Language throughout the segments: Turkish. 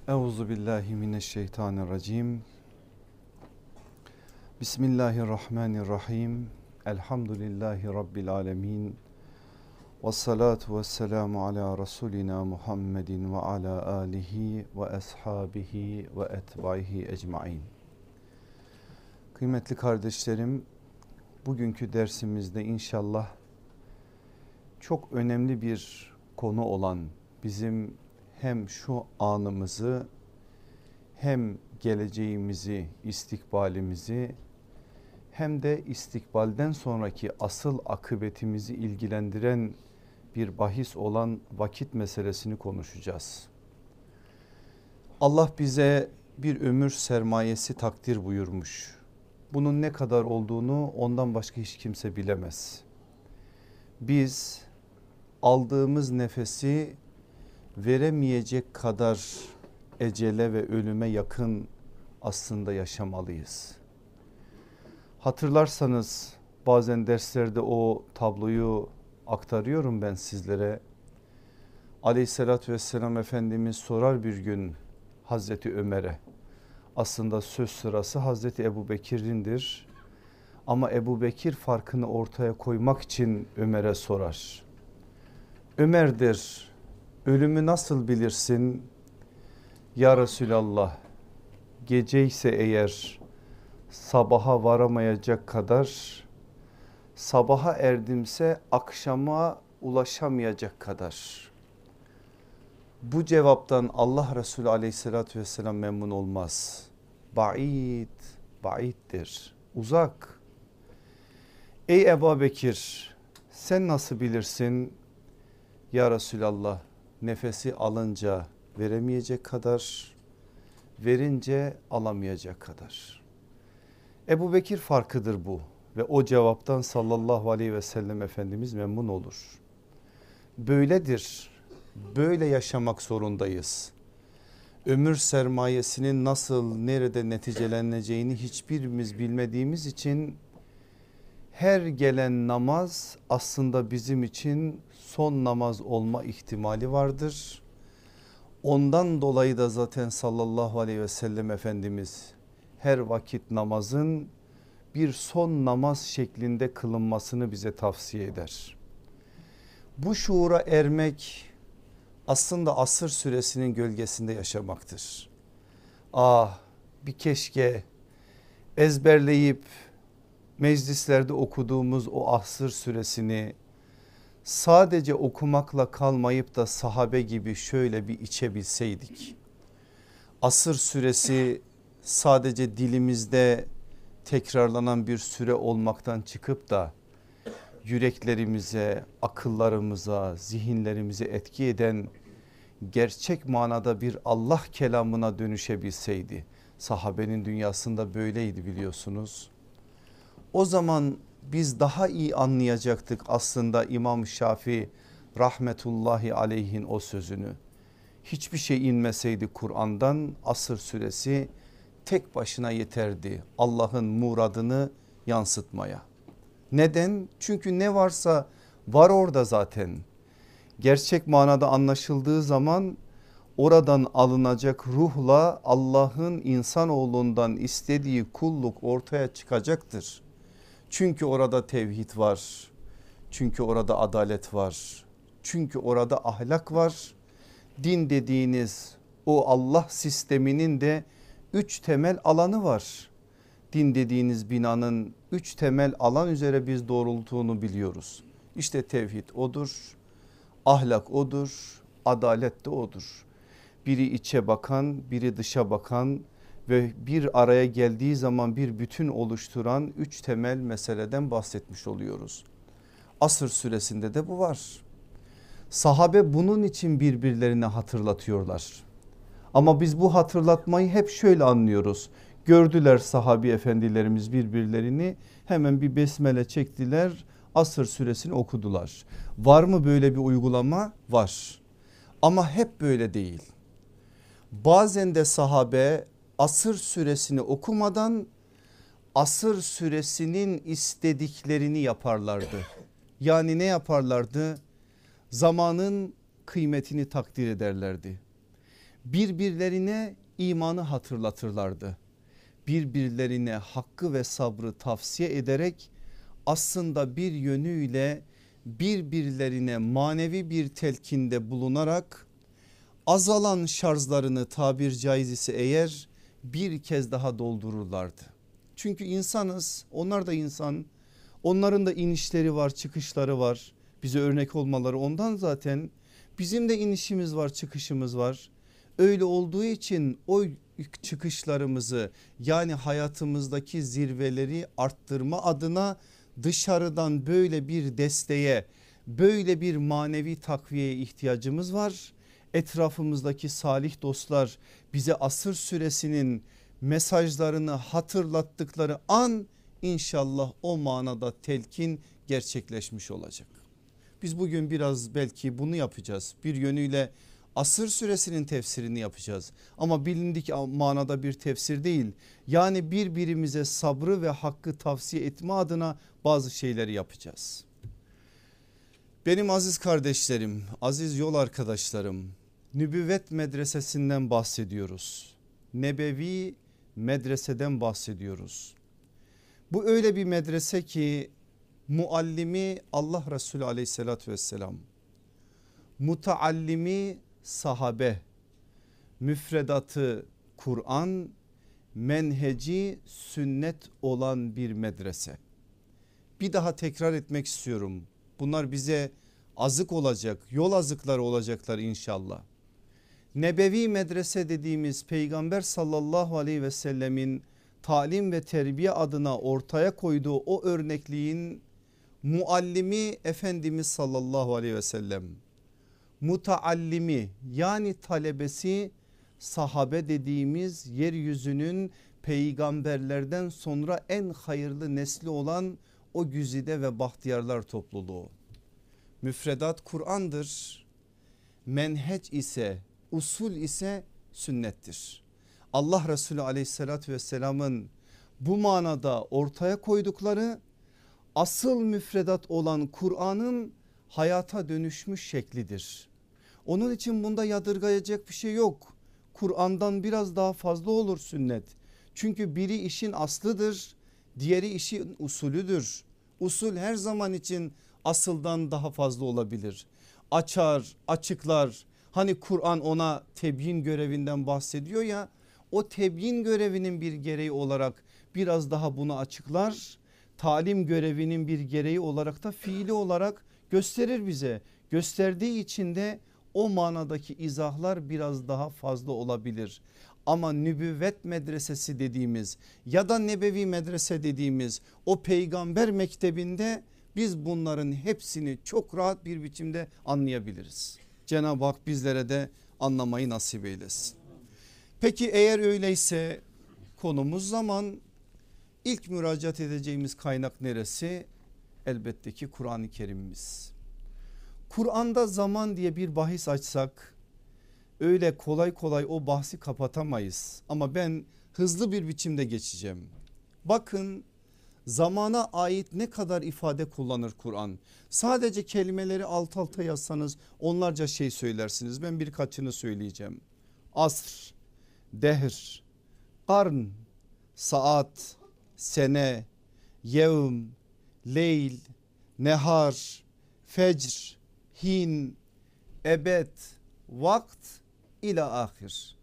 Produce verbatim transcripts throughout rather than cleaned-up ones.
Euzu billahi mineşşeytanirracim. Bismillahirrahmanirrahim. Elhamdülillahi rabbil alamin. Ves salatu vesselamu ala rasulina Muhammedin ve ala alihi ve ashabihi ve etbaihi ecmaîn. Kıymetli kardeşlerim, bugünkü dersimizde inşallah çok önemli bir konu olan, bizim hem şu anımızı hem geleceğimizi, istikbalimizi hem de istikbalden sonraki asıl akıbetimizi ilgilendiren bir bahis olan vakit meselesini konuşacağız. Allah bize bir ömür sermayesi takdir buyurmuş. Bunun ne kadar olduğunu ondan başka hiç kimse bilemez. Biz aldığımız nefesi veremeyecek kadar ecele ve ölüme yakın aslında yaşamalıyız. Hatırlarsanız bazen derslerde o tabloyu aktarıyorum ben sizlere. Aleyhissalatü vesselam Efendimiz sorar bir gün Hazreti Ömer'e. Aslında söz sırası Hazreti Ebu Bekir'indir. Ama Ebu Bekir farkını ortaya koymak için Ömer'e sorar. Ömer'dir, ölümü nasıl bilirsin? Ya Resulallah, gece ise eğer sabaha varamayacak kadar, sabaha erdimse akşama ulaşamayacak kadar. Bu cevaptan Allah Resulü aleyhissalatü vesselam memnun olmaz. Ba'id, ba'iddir, uzak. Ey Ebu Bekir, sen nasıl bilirsin? Ya Resulallah, nefesi alınca veremeyecek kadar, verince alamayacak kadar. Ebu Bekir farkıdır bu ve o cevaptan sallallahu aleyhi ve sellem Efendimiz memnun olur. Böyledir, böyle yaşamak zorundayız. Ömür sermayesinin nasıl, nerede neticeleneceğini hiçbirimiz bilmediğimiz için her gelen namaz aslında bizim için son namaz olma ihtimali vardır. Ondan dolayı da zaten sallallahu aleyhi ve sellem Efendimiz her vakit namazın bir son namaz şeklinde kılınmasını bize tavsiye eder. Bu şuura ermek aslında asır süresinin gölgesinde yaşamaktır. Ah, bir keşke ezberleyip meclislerde okuduğumuz o asır süresini sadece okumakla kalmayıp da sahabe gibi şöyle bir içebilseydik. Asır süresi sadece dilimizde tekrarlanan bir süre olmaktan çıkıp da yüreklerimize, akıllarımıza, zihinlerimize etki eden gerçek manada bir Allah kelamına dönüşebilseydi. Sahabenin dünyasında böyleydi biliyorsunuz. O zaman biz daha iyi anlayacaktık aslında İmam Şafii rahmetullahi aleyhin o sözünü. Hiçbir şey inmeseydi Kur'an'dan asır süresi tek başına yeterdi Allah'ın muradını yansıtmaya. Neden? Çünkü ne varsa var orada zaten. Gerçek manada anlaşıldığı zaman oradan alınacak ruhla Allah'ın insanoğlundan istediği kulluk ortaya çıkacaktır. Çünkü orada tevhid var. Çünkü orada adalet var. Çünkü orada ahlak var. Din dediğiniz o Allah sisteminin de üç temel alanı var. Din dediğiniz binanın üç temel alan üzere biz doğrultuğunu biliyoruz. İşte tevhid odur, ahlak odur, adalet de odur. Biri içe bakan, biri dışa bakan ve bir araya geldiği zaman bir bütün oluşturan üç temel meseleden bahsetmiş oluyoruz. Asır süresinde de bu var. Sahabe bunun için birbirlerine hatırlatıyorlar. Ama biz bu hatırlatmayı hep şöyle anlıyoruz. Gördüler sahabi efendilerimiz birbirlerini, hemen bir besmele çektiler, asır süresini okudular. Var mı böyle bir uygulama? Var. Ama hep böyle değil. Bazen de sahabe asır süresini okumadan asır süresinin istediklerini yaparlardı. Yani ne yaparlardı? Zamanın kıymetini takdir ederlerdi. birbirlerine imanı hatırlatırlardı. Birbirlerine hakkı ve sabrı tavsiye ederek aslında bir yönüyle birbirlerine manevi bir telkinde bulunarak azalan şarjlarını tabir caiz ise eğer bir kez daha doldururlardı. Çünkü insanız, onlar da insan, onların da inişleri var, çıkışları var. Bize örnek olmaları ondan zaten. Bizim de inişimiz var, çıkışımız var. Öyle olduğu için o çıkışlarımızı, yani hayatımızdaki zirveleri arttırma adına dışarıdan böyle bir desteğe, böyle bir manevi takviyeye ihtiyacımız var. Etrafımızdaki salih dostlar bize asır süresinin mesajlarını hatırlattıkları an inşallah o manada telkin gerçekleşmiş olacak. Biz bugün biraz belki bunu yapacağız. Bir yönüyle asır süresinin tefsirini yapacağız. Ama bilindik manada bir tefsir değil. Yani birbirimize sabrı ve hakkı tavsiye etme adına bazı şeyleri yapacağız. Benim aziz kardeşlerim, aziz yol arkadaşlarım, nübüvvet medresesinden bahsediyoruz. Nebevi medreseden bahsediyoruz. Bu öyle bir medrese ki muallimi Allah Resulü aleyhissalatü vesselam, mutaallimi sahabe, müfredatı Kur'an, menheci sünnet olan bir medrese. Bir daha tekrar etmek istiyorum. Bunlar bize azık olacak, yol azıkları olacaklar inşallah. Nebevi medrese dediğimiz Peygamber sallallahu aleyhi ve sellemin talim ve terbiye adına ortaya koyduğu o örnekliğin muallimi Efendimiz sallallahu aleyhi ve sellem, mutaallimi yani talebesi sahabe dediğimiz yeryüzünün peygamberlerden sonra en hayırlı nesli olan o güzide ve bahtiyarlar topluluğu. Müfredat Kur'an'dır, menheç ise, usul ise sünnettir. Allah Resulü aleyhissalatü vesselamın bu manada ortaya koydukları asıl müfredat olan Kur'an'ın hayata dönüşmüş şeklidir. Onun için bunda yadırgayacak bir şey yok. Kur'an'dan biraz daha fazla olur sünnet. Çünkü biri işin aslıdır, diğeri işin usulüdür. Usul her zaman için asıldan daha fazla olabilir. Açar, açıklar. Hani Kur'an ona tebyin görevinden bahsediyor ya, o tebyin görevinin bir gereği olarak biraz daha bunu açıklar. Talim görevinin bir gereği olarak da fiili olarak gösterir bize. Gösterdiği için de o manadaki izahlar biraz daha fazla olabilir. Ama nübüvvet medresesi dediğimiz ya da nebevi medrese dediğimiz o peygamber mektebinde biz bunların hepsini çok rahat bir biçimde anlayabiliriz. Cenab-ı Hak bizlere de anlamayı nasip eylesin. Peki eğer öyleyse konumuz zaman, ilk müracaat edeceğimiz kaynak neresi? Elbette ki Kur'an-ı Kerim'imiz. Kur'an'da zaman diye bir bahis açsak öyle kolay kolay o bahsi kapatamayız. Ama ben hızlı bir biçimde geçeceğim. Bakın zamana ait ne kadar ifade kullanır Kur'an. Sadece kelimeleri alt alta yazsanız onlarca şey söylersiniz. Ben birkaçını söyleyeceğim. Asr, dehr, karn, saat, sene, yevm, leyl, nehar, fecr, hin, ebed, vakt ila ahir.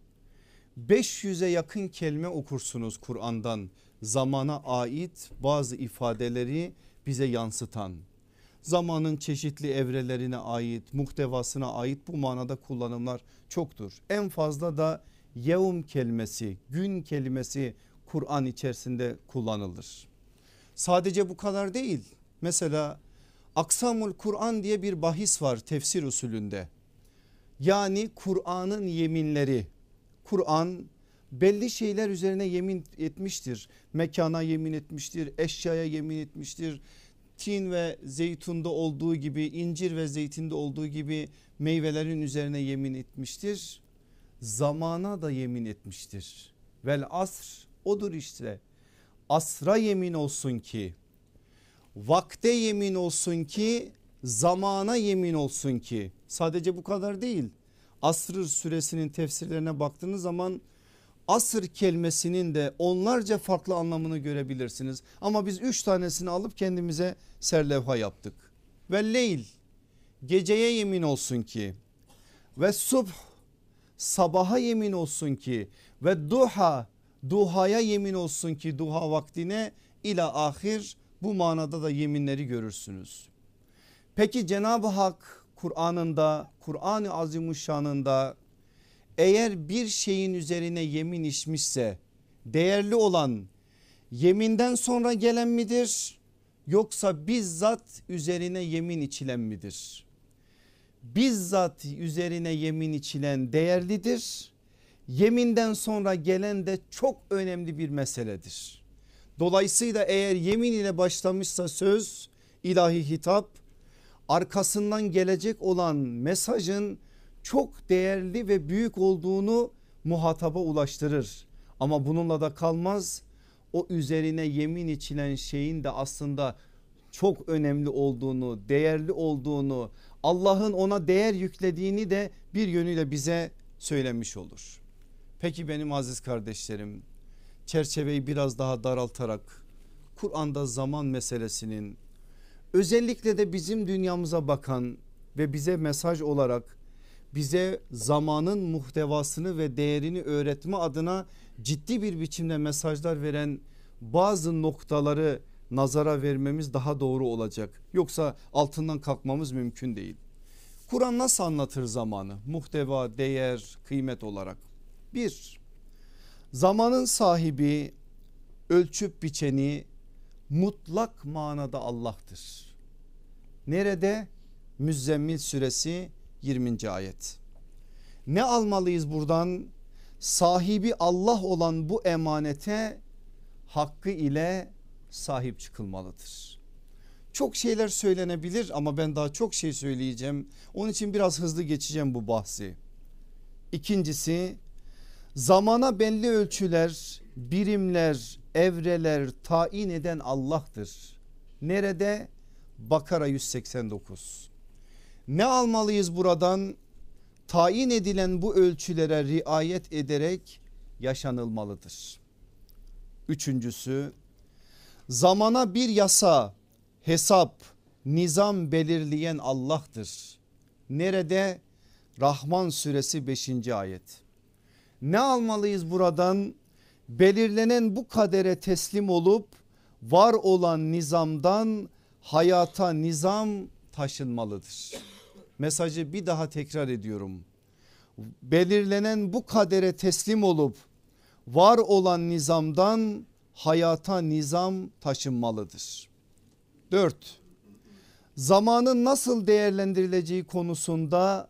beş yüze yakın kelime okursunuz Kur'an'dan zamana ait bazı ifadeleri bize yansıtan. Zamanın çeşitli evrelerine ait, muhtevasına ait bu manada kullanımlar çoktur. En fazla da yevm kelimesi, gün kelimesi Kur'an içerisinde kullanılır. Sadece bu kadar değil. Mesela Aksamul Kur'an diye bir bahis var tefsir usulünde. Yani Kur'an'ın yeminleri. Kur'an belli şeyler üzerine yemin etmiştir. Mekana yemin etmiştir, eşyaya yemin etmiştir. Tin ve zeytunda olduğu gibi, incir ve zeytinde olduğu gibi meyvelerin üzerine yemin etmiştir. Zamana da yemin etmiştir. Vel asr odur işte. Asra yemin olsun ki, vakte yemin olsun ki, zamana yemin olsun ki. Sadece bu kadar değil. Asr suresinin tefsirlerine baktığınız zaman asır kelimesinin de onlarca farklı anlamını görebilirsiniz. Ama biz üç tanesini alıp kendimize serlevha yaptık. Ve leyl, geceye yemin olsun ki, ve subh, sabaha yemin olsun ki, ve duha, duhaya yemin olsun ki, duha vaktine, ila ahir, bu manada da yeminleri görürsünüz. Peki Cenab-ı Hak Kur'an'ında, Kur'an-ı Azimuşşan'ında eğer bir şeyin üzerine yemin içmişse değerli olan yeminden sonra gelen midir, yoksa bizzat üzerine yemin içilen midir? Bizzat üzerine yemin içilen değerlidir. Yeminden sonra gelen de çok önemli bir meseledir. Dolayısıyla eğer yemin ile başlamışsa söz, ilahi hitap, arkasından gelecek olan mesajın çok değerli ve büyük olduğunu muhataba ulaştırır. Ama bununla da kalmaz. O üzerine yemin içilen şeyin de aslında çok önemli olduğunu, değerli olduğunu, Allah'ın ona değer yüklediğini de bir yönüyle bize söylemiş olur. Peki benim aziz kardeşlerim, çerçeveyi biraz daha daraltarak Kur'an'da zaman meselesinin, özellikle de bizim dünyamıza bakan ve bize mesaj olarak bize zamanın muhtevasını ve değerini öğretme adına ciddi bir biçimde mesajlar veren bazı noktaları nazara vermemiz daha doğru olacak. Yoksa altından kalkmamız mümkün değil. Kur'an nasıl anlatır zamanı? Muhteva, değer, kıymet olarak. Bir, zamanın sahibi, ölçüp biçeni mutlak manada Allah'tır. Nerede? Müzzemmil suresi yirminci ayet. Ne almalıyız buradan? Sahibi Allah olan bu emanete hakkı ile sahip çıkılmalıdır. Çok şeyler söylenebilir ama ben daha çok şey söyleyeceğim. Onun için biraz hızlı geçeceğim bu bahsi. İkincisi, zamana belli ölçüler, birimler, evreler tayin eden Allah'tır. Nerede? Bakara yüz seksen dokuz. Ne almalıyız buradan? Tayin edilen bu ölçülere riayet ederek yaşanılmalıdır. Üçüncüsü, zamana bir yasa, hesap, nizam belirleyen Allah'tır. Nerede? Rahman suresi beşinci ayet. Ne almalıyız buradan? Belirlenen bu kadere teslim olup var olan nizamdan hayata nizam taşınmalıdır. Mesajı bir daha tekrar ediyorum. Belirlenen bu kadere teslim olup var olan nizamdan hayata nizam taşınmalıdır. Dört, zamanın nasıl değerlendirileceği konusunda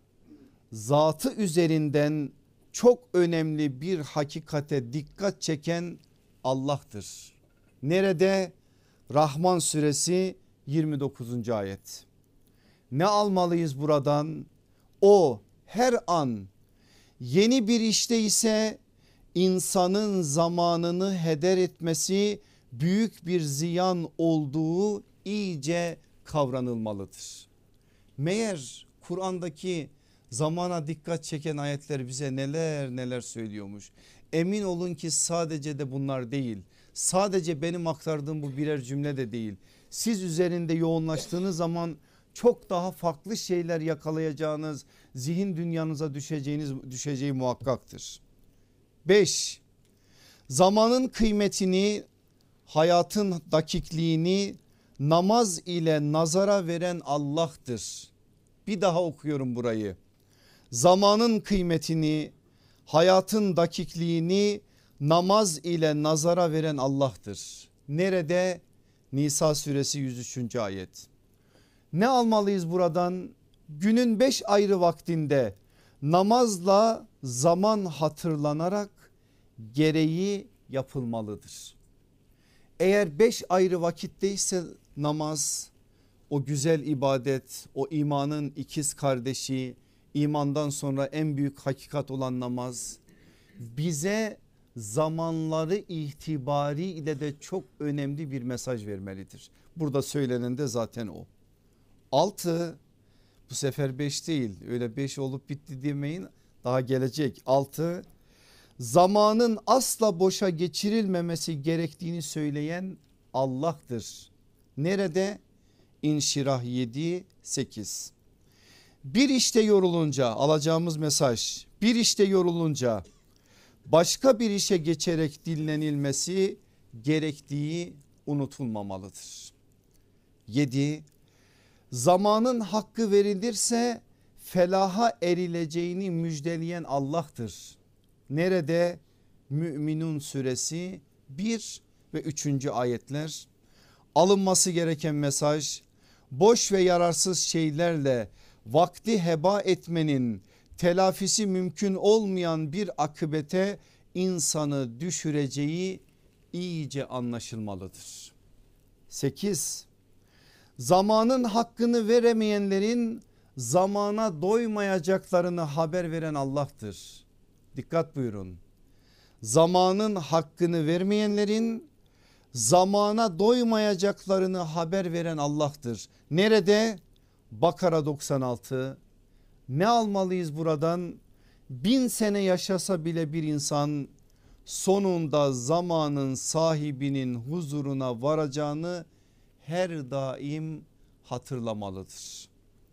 zatı üzerinden çok önemli bir hakikate dikkat çeken Allah'tır. Nerede? Rahman suresi yirmi dokuzuncu ayet. Ne almalıyız buradan? O her an yeni bir işte ise insanın zamanını heder etmesi büyük bir ziyan olduğu iyice kavranılmalıdır. Meğer Kur'an'daki zamana dikkat çeken ayetler bize neler neler söylüyormuş. Emin olun ki sadece de bunlar değil. Sadece benim aktardığım bu birer cümle de değil. Siz üzerinde yoğunlaştığınız zaman çok daha farklı şeyler yakalayacağınız, zihin dünyanıza düşeceğiniz düşeceği muhakkaktır. Beş, zamanın kıymetini, hayatın dakikliğini namaz ile nazara veren Allah'tır. Bir daha okuyorum burayı. Zamanın kıymetini, hayatın dakikliğini namaz ile nazara veren Allah'tır. Nerede? Nisa suresi yüz üçüncü ayet. Ne almalıyız buradan? Günün beş ayrı vaktinde namazla zaman hatırlanarak gereği yapılmalıdır. Eğer beş ayrı vakitteyse namaz, o güzel ibadet, o imanın ikiz kardeşi, imandan sonra en büyük hakikat olan namaz bize zamanları itibariyle de çok önemli bir mesaj vermelidir. Burada söylenen de zaten o. Altı, bu sefer beş değil, öyle beş olup bitti demeyin, daha gelecek. altı. Zamanın asla boşa geçirilmemesi gerektiğini söyleyen Allah'tır. Nerede? İnşirah yedi sekiz. Bir işte yorulunca, alacağımız mesaj, bir işte yorulunca başka bir işe geçerek dinlenilmesi gerektiği unutulmamalıdır. yedi. Zamanın hakkı verilirse felaha erileceğini müjdeleyen Allah'tır. Nerede? Müminun suresi bir ve üçüncü ayetler. Alınması gereken mesaj, boş ve yararsız şeylerle vakti heba etmenin telafisi mümkün olmayan bir akıbete insanı düşüreceği iyice anlaşılmalıdır. sekiz. Zamanın hakkını veremeyenlerin zamana doymayacaklarını haber veren Allah'tır. Dikkat buyurun. Zamanın hakkını vermeyenlerin zamana doymayacaklarını haber veren Allah'tır. Nerede? Bakara doksan altı. Ne almalıyız buradan? Bin sene yaşasa bile bir insan sonunda zamanın sahibinin huzuruna varacağını her daim hatırlamalıdır.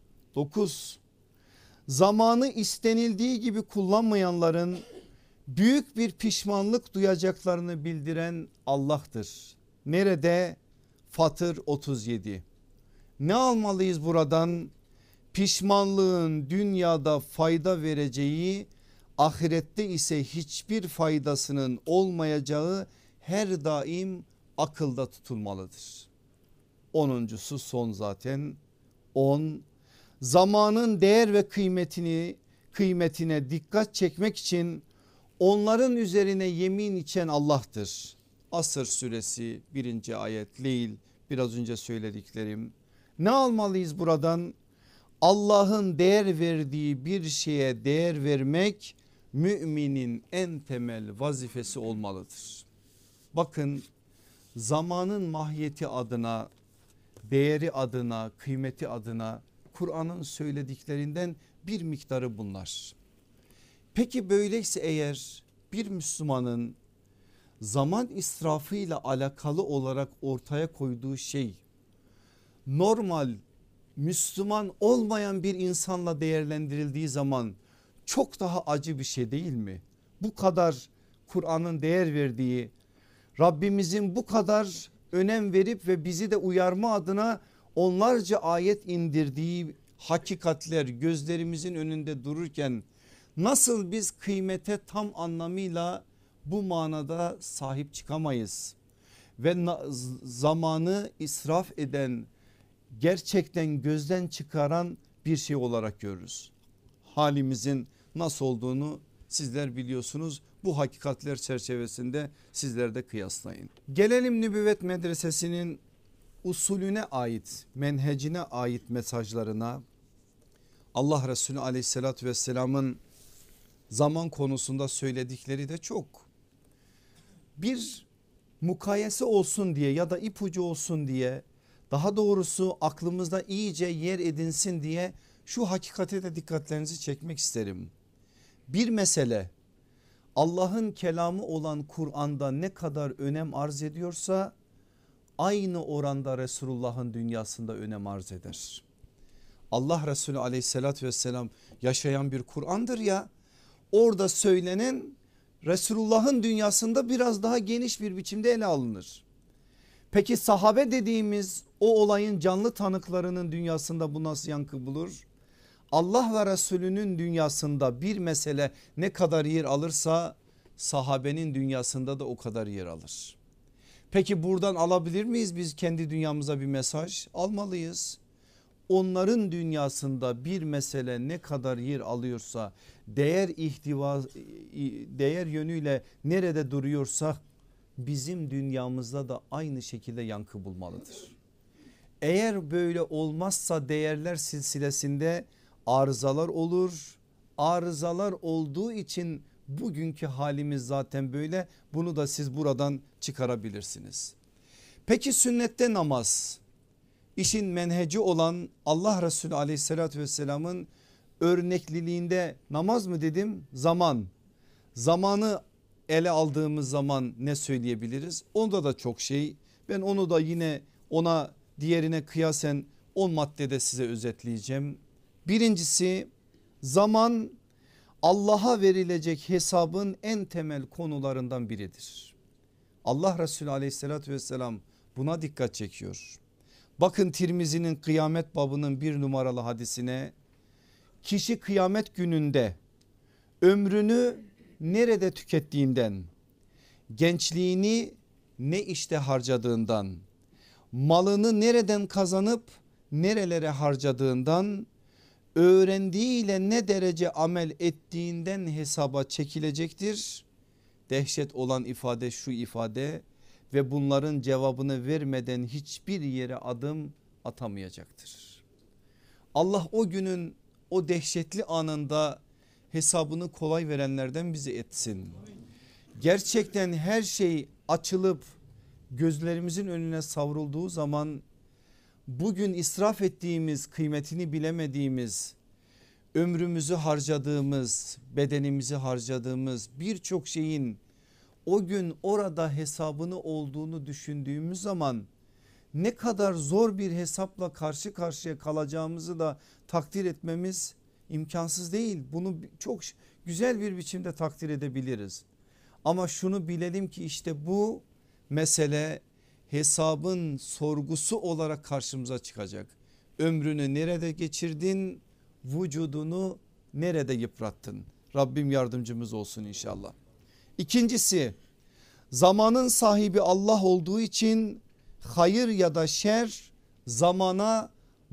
dokuz. Zamanı istenildiği gibi kullanmayanların büyük bir pişmanlık duyacaklarını bildiren Allah'tır. Nerede? Fatır otuz yedi. Ne almalıyız buradan? Pişmanlığın dünyada fayda vereceği, ahirette ise hiçbir faydasının olmayacağı her daim akılda tutulmalıdır. Onuncusu son zaten. on. Zamanın değer ve kıymetini kıymetine dikkat çekmek için onların üzerine yemin içen Allah'tır. Asır suresi birinci ayet, Leyl, biraz önce söylediklerim. Ne almalıyız buradan? Allah'ın değer verdiği bir şeye değer vermek müminin en temel vazifesi olmalıdır. Bakın, zamanın mahiyeti adına, değeri adına, kıymeti adına Kur'an'ın söylediklerinden bir miktarı bunlar. Peki böyleyse eğer bir Müslümanın zaman israfıyla alakalı olarak ortaya koyduğu şey normal Müslüman olmayan bir insanla değerlendirildiği zaman çok daha acı bir şey değil mi? Bu kadar Kur'an'ın değer verdiği, Rabbimizin bu kadar önem verip ve bizi de uyarma adına onlarca ayet indirdiği hakikatler gözlerimizin önünde dururken nasıl biz kıymete tam anlamıyla bu manada sahip çıkamayız? Ve zamanı israf eden, gerçekten gözden çıkaran bir şey olarak görürüz. Halimizin nasıl olduğunu sizler biliyorsunuz. Bu hakikatler çerçevesinde sizler de kıyaslayın. Gelelim Nübüvvet Medresesi'nin usulüne ait, menhecine ait mesajlarına. Allah Resulü aleyhissalatü vesselamın zaman konusunda söyledikleri de çok. Bir mukayese olsun diye ya da ipucu olsun diye, daha doğrusu aklımızda iyice yer edinsin diye şu hakikate de dikkatlerinizi çekmek isterim. Bir mesele Allah'ın kelamı olan Kur'an'da ne kadar önem arz ediyorsa aynı oranda Resulullah'ın dünyasında önem arz eder. Allah Resulü aleyhissalatü vesselam yaşayan bir Kur'an'dır ya, orada söylenen Resulullah'ın dünyasında biraz daha geniş bir biçimde ele alınır. Peki sahabe dediğimiz o olayın canlı tanıklarının dünyasında bu nasıl yankı bulur? Allah ve Resulünün dünyasında bir mesele ne kadar yer alırsa sahabenin dünyasında da o kadar yer alır. Peki buradan alabilir miyiz biz kendi dünyamıza bir mesaj? Almalıyız. Onların dünyasında bir mesele ne kadar yer alıyorsa, değer ihtiva, değer yönüyle nerede duruyorsa bizim dünyamızda da aynı şekilde yankı bulmalıdır. Eğer böyle olmazsa değerler silsilesinde arızalar olur. Arızalar olduğu için bugünkü halimiz zaten böyle. Bunu da siz buradan çıkarabilirsiniz. Peki sünnette namaz, işin menheci olan Allah Resulü aleyhissalatü vesselamın örnekliliğinde namaz mı dedim? Zaman. Zamanı ele aldığımız zaman ne söyleyebiliriz? Onda da çok şey. Ben onu da yine ona diğerine kıyasen on maddede size özetleyeceğim. Birincisi, zaman Allah'a verilecek hesabın en temel konularından biridir. Allah Resulü aleyhissalatü vesselam buna dikkat çekiyor. Bakın Tirmizi'nin kıyamet babının bir numaralı hadisine, kişi kıyamet gününde ömrünü nerede tükettiğinden, gençliğini ne işte harcadığından, malını nereden kazanıp nerelere harcadığından, öğrendiğiyle ne derece amel ettiğinden hesaba çekilecektir. Dehşet olan ifade şu ifade: ve bunların cevabını vermeden hiçbir yere adım atamayacaktır. Allah o günün o dehşetli anında hesabını kolay verenlerden bizi etsin. Gerçekten her şey açılıp gözlerimizin önüne savrulduğu zaman bugün israf ettiğimiz, kıymetini bilemediğimiz, ömrümüzü harcadığımız, bedenimizi harcadığımız birçok şeyin o gün orada hesabını olduğunu düşündüğümüz zaman ne kadar zor bir hesapla karşı karşıya kalacağımızı da takdir etmemiz imkansız değil. Bunu çok güzel bir biçimde takdir edebiliriz. Ama şunu bilelim ki işte bu mesele hesabın sorgusu olarak karşımıza çıkacak. Ömrünü nerede geçirdin? Vücudunu nerede yıprattın? Rabbim yardımcımız olsun inşallah. İkincisi, zamanın sahibi Allah olduğu için hayır ya da şer zamana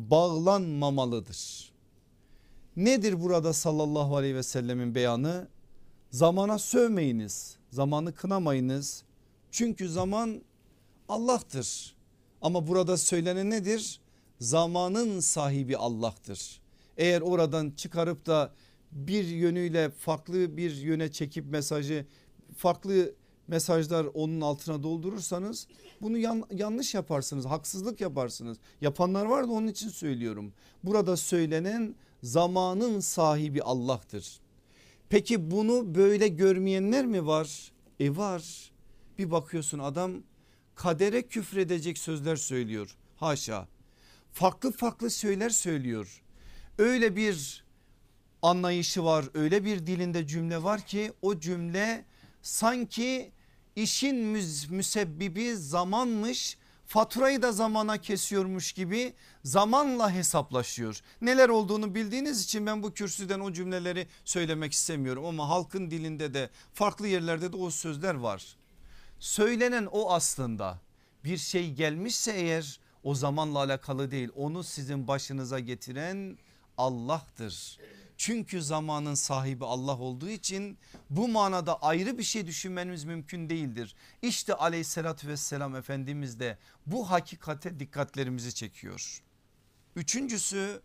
bağlanmamalıdır. Nedir burada sallallahu aleyhi ve sellemin beyanı? Zamana sövmeyiniz, zamanı kınamayınız. Çünkü zaman Allah'tır. Ama burada söylenen nedir? Zamanın sahibi Allah'tır. Eğer oradan çıkarıp da bir yönüyle farklı bir yöne çekip mesajı, farklı mesajlar onun altına doldurursanız bunu yan, yanlış yaparsınız, haksızlık yaparsınız. Yapanlar var da onun için söylüyorum. Burada söylenen zamanın sahibi Allah'tır. Peki bunu böyle görmeyenler mi var? E var. Bir bakıyorsun adam kadere küfredecek sözler söylüyor. Haşa. Farklı farklı şeyler söylüyor. Öyle bir anlayışı var, öyle bir dilinde cümle var ki o cümle sanki işin müsebbibi zamanmış, faturayı da zamana kesiyormuş gibi zamanla hesaplaşıyor. Neler olduğunu bildiğiniz için ben bu kürsüden o cümleleri söylemek istemiyorum ama halkın dilinde de farklı yerlerde de o sözler var. Söylenen o aslında, bir şey gelmişse eğer o zamanla alakalı değil, onu sizin başınıza getiren Allah'tır. Çünkü zamanın sahibi Allah olduğu için bu manada ayrı bir şey düşünmeniz mümkün değildir. İşte aleyhissalatü vesselam Efendimiz de bu hakikate dikkatlerimizi çekiyor. Üçüncüsü,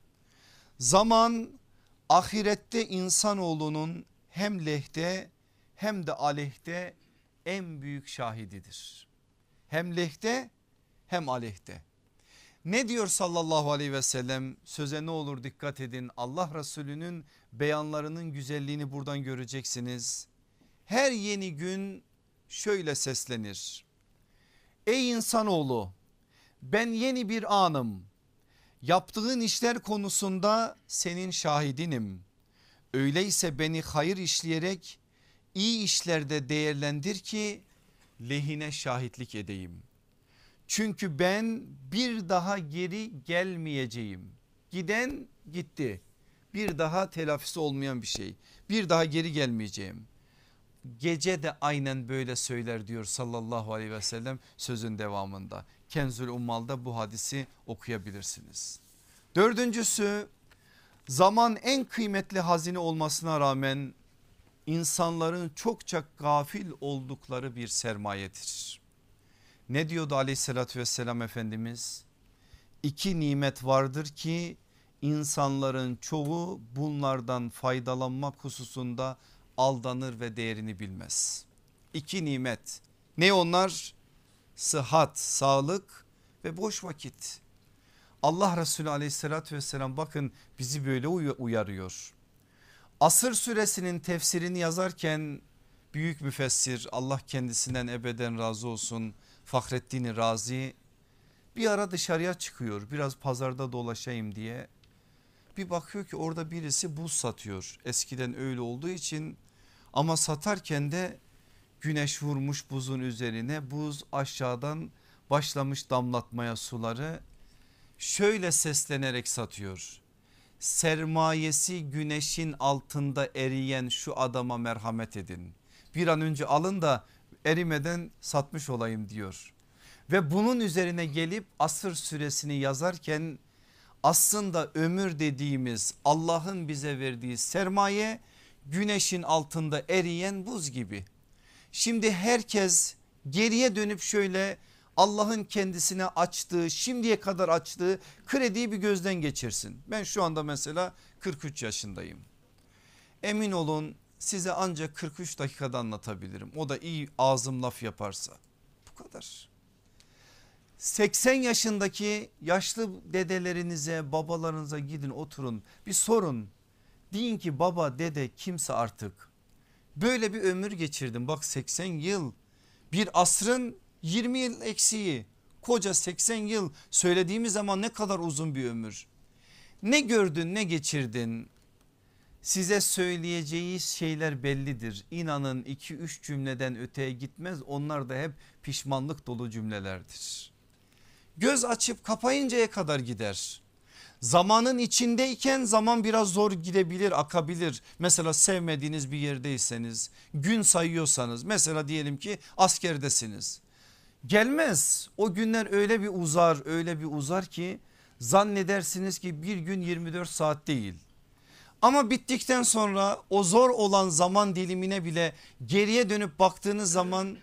zaman ahirette insanoğlunun hem lehte hem de aleyhte en büyük şahididir. Hem lehte hem aleyhte. Ne diyor sallallahu aleyhi ve sellem? Söze ne olur dikkat edin. Allah Resulü'nün beyanlarının güzelliğini buradan göreceksiniz. Her yeni gün şöyle seslenir: ey insanoğlu, ben yeni bir anım. Yaptığın işler konusunda senin şahidinim. Öyleyse beni hayır işleyerek iyi işlerde değerlendir ki lehine şahitlik edeyim. Çünkü ben bir daha geri gelmeyeceğim. Giden gitti. Bir daha telafisi olmayan bir şey. Bir daha geri gelmeyeceğim. Gece de aynen böyle söyler diyor sallallahu aleyhi ve sellem sözün devamında. Kenzül Ummal'da bu hadisi okuyabilirsiniz. Dördüncüsü, zaman en kıymetli hazine olmasına rağmen insanların çokça gafil oldukları bir sermayedir. Ne diyordu aleyhissalatü vesselam Efendimiz? İki nimet vardır ki insanların çoğu bunlardan faydalanmak hususunda aldanır ve değerini bilmez. İki nimet. Ne onlar? Sıhhat, sağlık ve boş vakit. Allah Resulü aleyhissalatü vesselam bakın bizi böyle uyarıyor. Asır suresinin tefsirini yazarken büyük müfessir, Allah kendisinden ebeden razı olsun, Fahreddin Razi bir ara dışarıya çıkıyor biraz pazarda dolaşayım diye. Bir bakıyor ki orada birisi buz satıyor, eskiden öyle olduğu için, ama satarken de güneş vurmuş buzun üzerine, buz aşağıdan başlamış damlatmaya suları, şöyle seslenerek satıyor: sermayesi güneşin altında eriyen şu adama merhamet edin, bir an önce alın da erimeden satmış olayım diyor. Ve bunun üzerine gelip Asır suresini yazarken aslında ömür dediğimiz Allah'ın bize verdiği sermaye güneşin altında eriyen buz gibi. Şimdi herkes geriye dönüp şöyle Allah'ın kendisine açtığı, şimdiye kadar açtığı krediyi bir gözden geçirsin. Ben şu anda mesela kırk üç yaşındayım. Emin olun size ancak kırk üç dakikada anlatabilirim. O da iyi ağzım laf yaparsa. Bu kadar. seksen yaşındaki yaşlı dedelerinize, babalarınıza gidin, oturun, bir sorun. Deyin ki baba, dede, kimse artık böyle bir ömür geçirdim. Bak seksen yıl, bir asrın yirmi yıl eksiği, koca seksen yıl söylediğimiz zaman ne kadar uzun bir ömür. Ne gördün, ne geçirdin? Size söyleyeceği şeyler bellidir. İnanın iki üç cümleden öteye gitmez. Onlar da hep pişmanlık dolu cümlelerdir. Göz açıp kapayıncaya kadar gider. Zamanın içindeyken zaman biraz zor gidebilir, akabilir. Mesela sevmediğiniz bir yerdeyseniz, gün sayıyorsanız, mesela diyelim ki askerdesiniz. Gelmez, o günler öyle bir uzar, öyle bir uzar ki zannedersiniz ki bir gün yirmi dört saat değil. Ama bittikten sonra o zor olan zaman dilimine bile geriye dönüp baktığınız zaman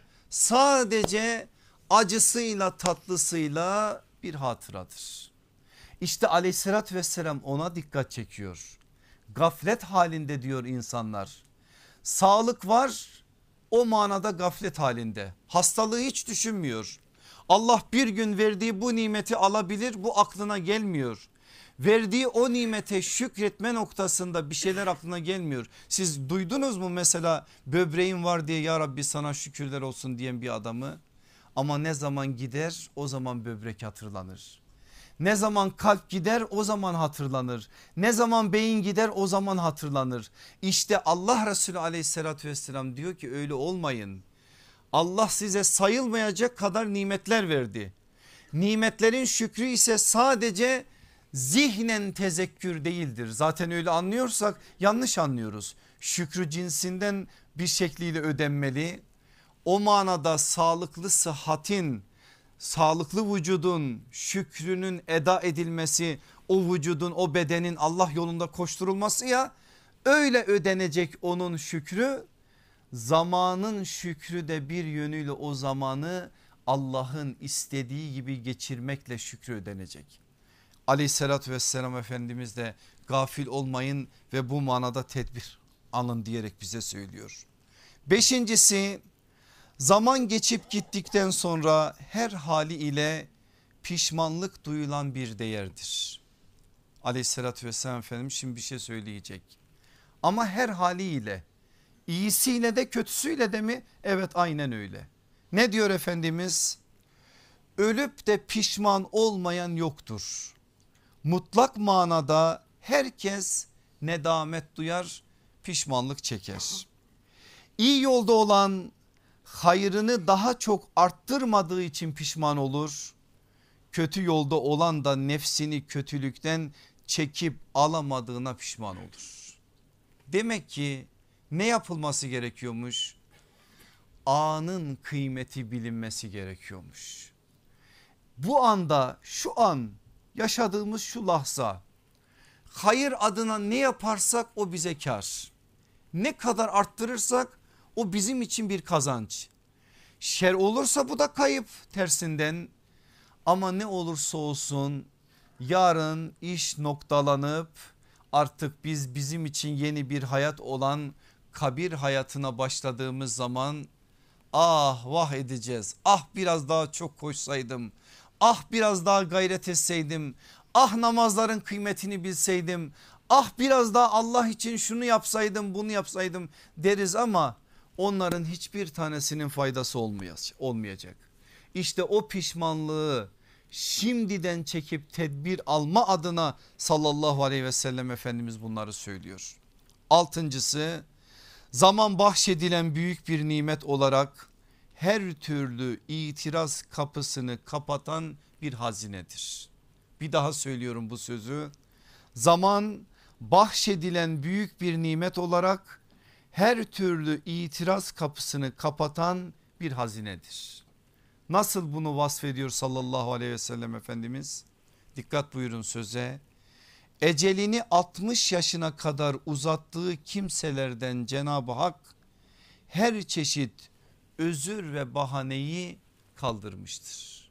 sadece acısıyla tatlısıyla bir hatıradır. İşte aleyhissalatü vesselam ona dikkat çekiyor. Gaflet halinde diyor insanlar. Sağlık var, o manada gaflet halinde. Hastalığı hiç düşünmüyor. Allah bir gün verdiği bu nimeti alabilir, bu aklına gelmiyor. Verdiği o nimete şükretme noktasında bir şeyler aklına gelmiyor. Siz duydunuz mu mesela böbreğin var diye ya Rabbi sana şükürler olsun diyen bir adamı? Ama ne zaman gider o zaman böbrek hatırlanır. Ne zaman kalp gider o zaman hatırlanır. Ne zaman beyin gider o zaman hatırlanır. İşte Allah Resulü aleyhissalatü vesselam diyor ki öyle olmayın. Allah size sayılmayacak kadar nimetler verdi. Nimetlerin şükrü ise sadece zihnen tezekkür değildir. Zaten öyle anlıyorsak yanlış anlıyoruz. Şükrü cinsinden bir şekliyle ödenmeli. O manada sağlıklı sıhhatin, sağlıklı vücudun şükrünün eda edilmesi, o vücudun, o bedenin Allah yolunda koşturulması, ya öyle ödenecek onun şükrü. Zamanın şükrü de bir yönüyle o zamanı Allah'ın istediği gibi geçirmekle şükrü ödenecek. Aleyhissalatü vesselam Efendimiz de gafil olmayın ve bu manada tedbir alın diyerek bize söylüyor. Beşincisi, zaman geçip gittikten sonra her hali ile pişmanlık duyulan bir değerdir. Aleyhissalatü vesselam Efendimiz şimdi bir şey söyleyecek. Ama her haliyle, iyisiyle de kötüsüyle de mi? Evet, aynen öyle. Ne diyor Efendimiz? Ölüp de pişman olmayan yoktur. Mutlak manada herkes nedamet duyar, pişmanlık çeker. İyi yolda olan hayrını daha çok arttırmadığı için pişman olur. Kötü yolda olan da nefsini kötülükten çekip alamadığına pişman olur. Demek ki ne yapılması gerekiyormuş? Anın kıymeti bilinmesi gerekiyormuş. Bu anda, şu an yaşadığımız şu lahza, hayır adına ne yaparsak o bize kar. Ne kadar arttırırsak o bizim için bir kazanç. Şer olursa bu da kayıp tersinden. Ama ne olursa olsun yarın iş noktalanıp artık biz bizim için yeni bir hayat olan kabir hayatına başladığımız zaman ah vah edeceğiz. Ah biraz daha çok koşsaydım, ah biraz daha gayret etseydim, Ah namazların kıymetini bilseydim. Ah biraz daha Allah için şunu yapsaydım bunu yapsaydım deriz ama onların hiçbir tanesinin faydası olmayacak. İşte o pişmanlığı şimdiden çekip tedbir alma adına sallallahu aleyhi ve sellem Efendimiz bunları söylüyor. Altıncısı, zaman bahşedilen büyük bir nimet olarak her türlü itiraz kapısını kapatan bir hazinedir. Bir daha söylüyorum bu sözü. Zaman bahşedilen büyük bir nimet olarak her türlü itiraz kapısını kapatan bir hazinedir. Nasıl bunu vasfediyor sallallahu aleyhi ve sellem Efendimiz? Dikkat buyurun söze. Ecelini altmış yaşına kadar uzattığı kimselerden Cenab-ı Hak her çeşit özür ve bahaneyi kaldırmıştır.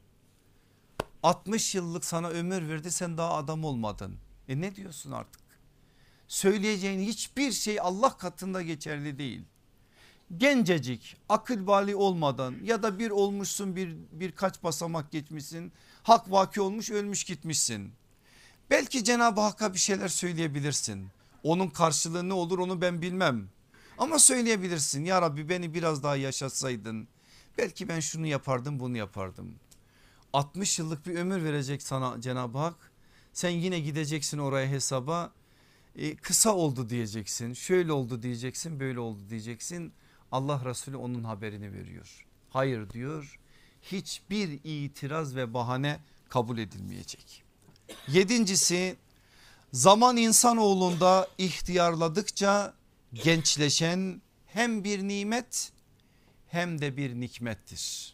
altmış yıllık sana ömür verdi, sen daha adam olmadın. E ne diyorsun artık? Söyleyeceğin hiçbir şey Allah katında geçerli değil. Gencecik, akıl bali olmadan ya da bir olmuşsun, bir birkaç basamak geçmişsin, hak vaki olmuş, ölmüş gitmişsin. Belki Cenab-ı Hakk'a bir şeyler söyleyebilirsin. Onun karşılığı ne olur onu ben bilmem. Ama söyleyebilirsin, ya Rabbi beni biraz daha yaşatsaydın belki ben şunu yapardım bunu yapardım. altmış yıllık bir ömür verecek sana Cenab-ı Hak. Sen yine gideceksin oraya hesaba, e, kısa oldu diyeceksin, şöyle oldu diyeceksin, böyle oldu diyeceksin. Allah Resulü onun haberini veriyor. Hayır diyor, hiçbir itiraz ve bahane kabul edilmeyecek. Yedincisi, zaman insanoğlunda ihtiyarladıkça gençleşen hem bir nimet hem de bir nikmettir.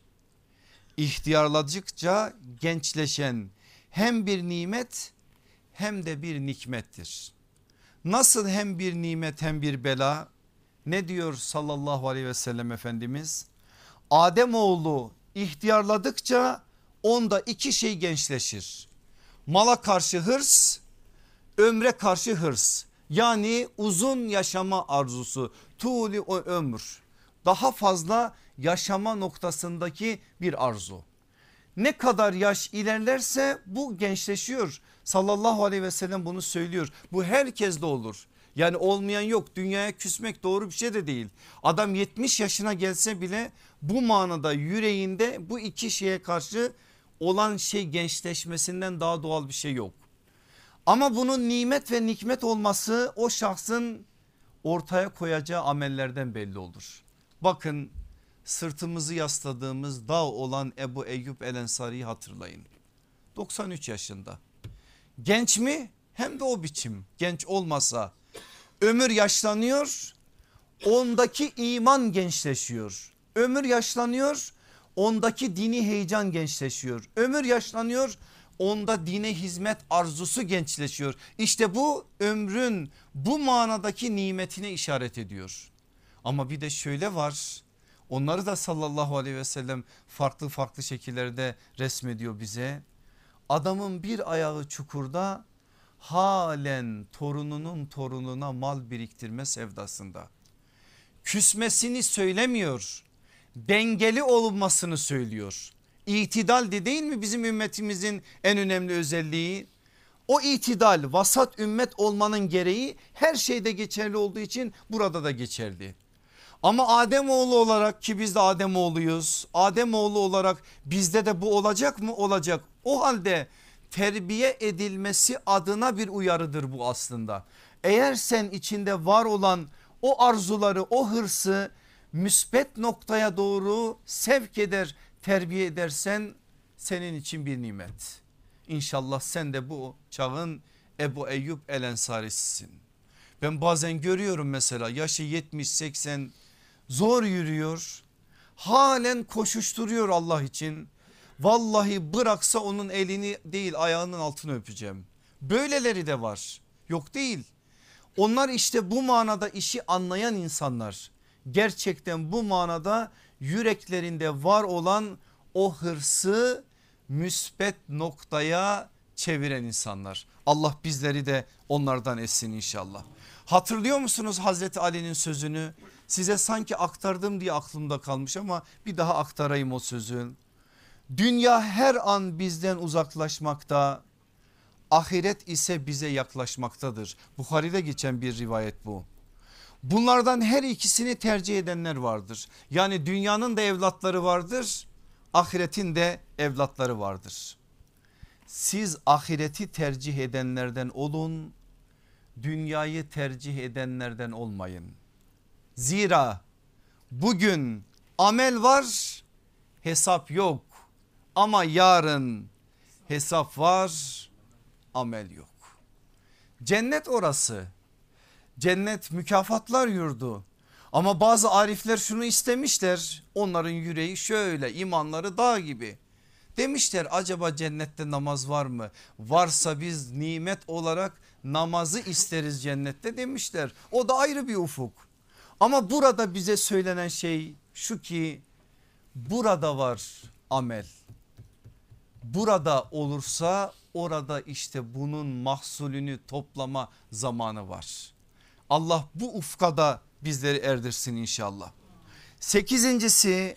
İhtiyarladıkça gençleşen hem bir nimet hem de bir nikmettir. Nasıl hem bir nimet hem bir bela? Ne diyor sallallahu aleyhi ve sellem Efendimiz? Ademoğlu ihtiyarladıkça onda iki şey gençleşir. Mala karşı hırs, ömre karşı hırs. Yani uzun yaşama arzusu, tuğli o ömür. Daha fazla yaşama noktasındaki bir arzu. Ne kadar yaş ilerlerse bu gençleşiyor. Sallallahu aleyhi ve sellem bunu söylüyor. Bu herkeste olur. Yani olmayan yok, dünyaya küsmek doğru bir şey de değil. Adam yetmiş yaşına gelse bile bu manada yüreğinde bu iki şeye karşı olan şey gençleşmesinden daha doğal bir şey yok. Ama bunun nimet ve nikmet olması o şahsın ortaya koyacağı amellerden belli olur. Bakın, sırtımızı yasladığımız dağ olan Ebu Eyyub El Ensari'yi hatırlayın. doksan üç yaşında. Genç mi? Hem de o biçim. Genç olmasa ömür yaşlanıyor, ondaki iman gençleşiyor. Ömür yaşlanıyor, ondaki dini heyecan gençleşiyor. Ömür yaşlanıyor, onda dine hizmet arzusu gençleşiyor. İşte bu ömrün bu manadaki nimetine işaret ediyor. Ama bir de şöyle var, onları da sallallahu aleyhi ve sellem farklı farklı şekillerde resmediyor bize. Adamın bir ayağı çukurda, halen torununun torununa mal biriktirme sevdasında. Küsmesini söylemiyor, dengeli olmasını söylüyor. İtidal de değil mi bizim ümmetimizin en önemli özelliği? O itidal, vasat ümmet olmanın gereği her şeyde geçerli olduğu için burada da geçerli. Ama Ademoğlu olarak, ki biz de Ademoğluyuz, Ademoğlu olarak bizde de bu olacak mı? Olacak. O halde terbiye edilmesi adına bir uyarıdır bu aslında. Eğer sen içinde var olan o arzuları, o hırsı müsbet noktaya doğru sevk eder, terbiye edersen senin için bir nimet. İnşallah sen de bu çağın Ebu Eyyub El Ensarisisin. Ben bazen görüyorum, mesela yaşı yetmiş seksen, zor yürüyor, halen koşuşturuyor Allah için. Vallahi bıraksa onun elini değil ayağının altını öpeceğim. Böyleleri de var, yok değil. Onlar işte bu manada işi anlayan insanlar. Gerçekten bu manada yüreklerinde var olan o hırsı müsbet noktaya çeviren insanlar. Allah bizleri de onlardan etsin inşallah. Hatırlıyor musunuz Hazreti Ali'nin sözünü? Size sanki aktardım diye aklımda kalmış ama bir daha aktarayım o sözü. Dünya her an bizden uzaklaşmakta, ahiret ise bize yaklaşmaktadır. Buhari'de geçen bir rivayet bu. Bunlardan her ikisini tercih edenler vardır. Yani dünyanın da evlatları vardır, ahiretin de evlatları vardır. Siz ahireti tercih edenlerden olun, dünyayı tercih edenlerden olmayın. Zira bugün amel var, hesap yok, ama yarın hesap var, amel yok. Cennet orası. Cennet mükafatlar yurdu. Ama bazı arifler şunu istemişler. Onların yüreği şöyle, imanları dağ gibi. Demişler acaba cennette namaz var mı? Varsa biz nimet olarak namazı isteriz cennette demişler. O da ayrı bir ufuk. Ama burada bize söylenen şey şu ki burada var amel. Burada olursa orada işte bunun mahsulünü toplama zamanı var. Allah bu ufkada bizleri erdirsin inşallah. Sekizincisi,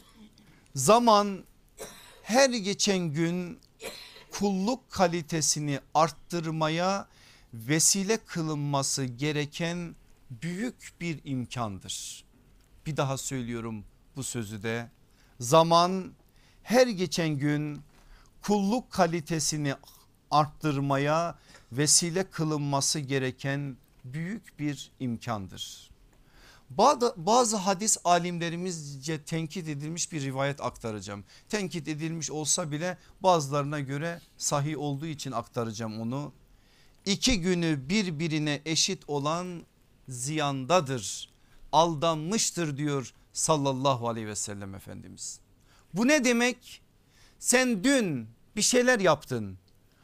zaman her geçen gün kulluk kalitesini arttırmaya vesile kılınması gereken büyük bir imkandır. Bir daha söylüyorum bu sözü de, zaman her geçen gün kulluk kalitesini arttırmaya vesile kılınması gereken büyük bir imkandır. Bazı, bazı hadis alimlerimizce tenkit edilmiş bir rivayet aktaracağım. Tenkit edilmiş olsa bile bazılarına göre sahih olduğu için aktaracağım onu. İki günü birbirine eşit olan ziyandadır, aldanmıştır diyor sallallahu aleyhi ve sellem Efendimiz. Bu ne demek? Sen dün bir şeyler yaptın.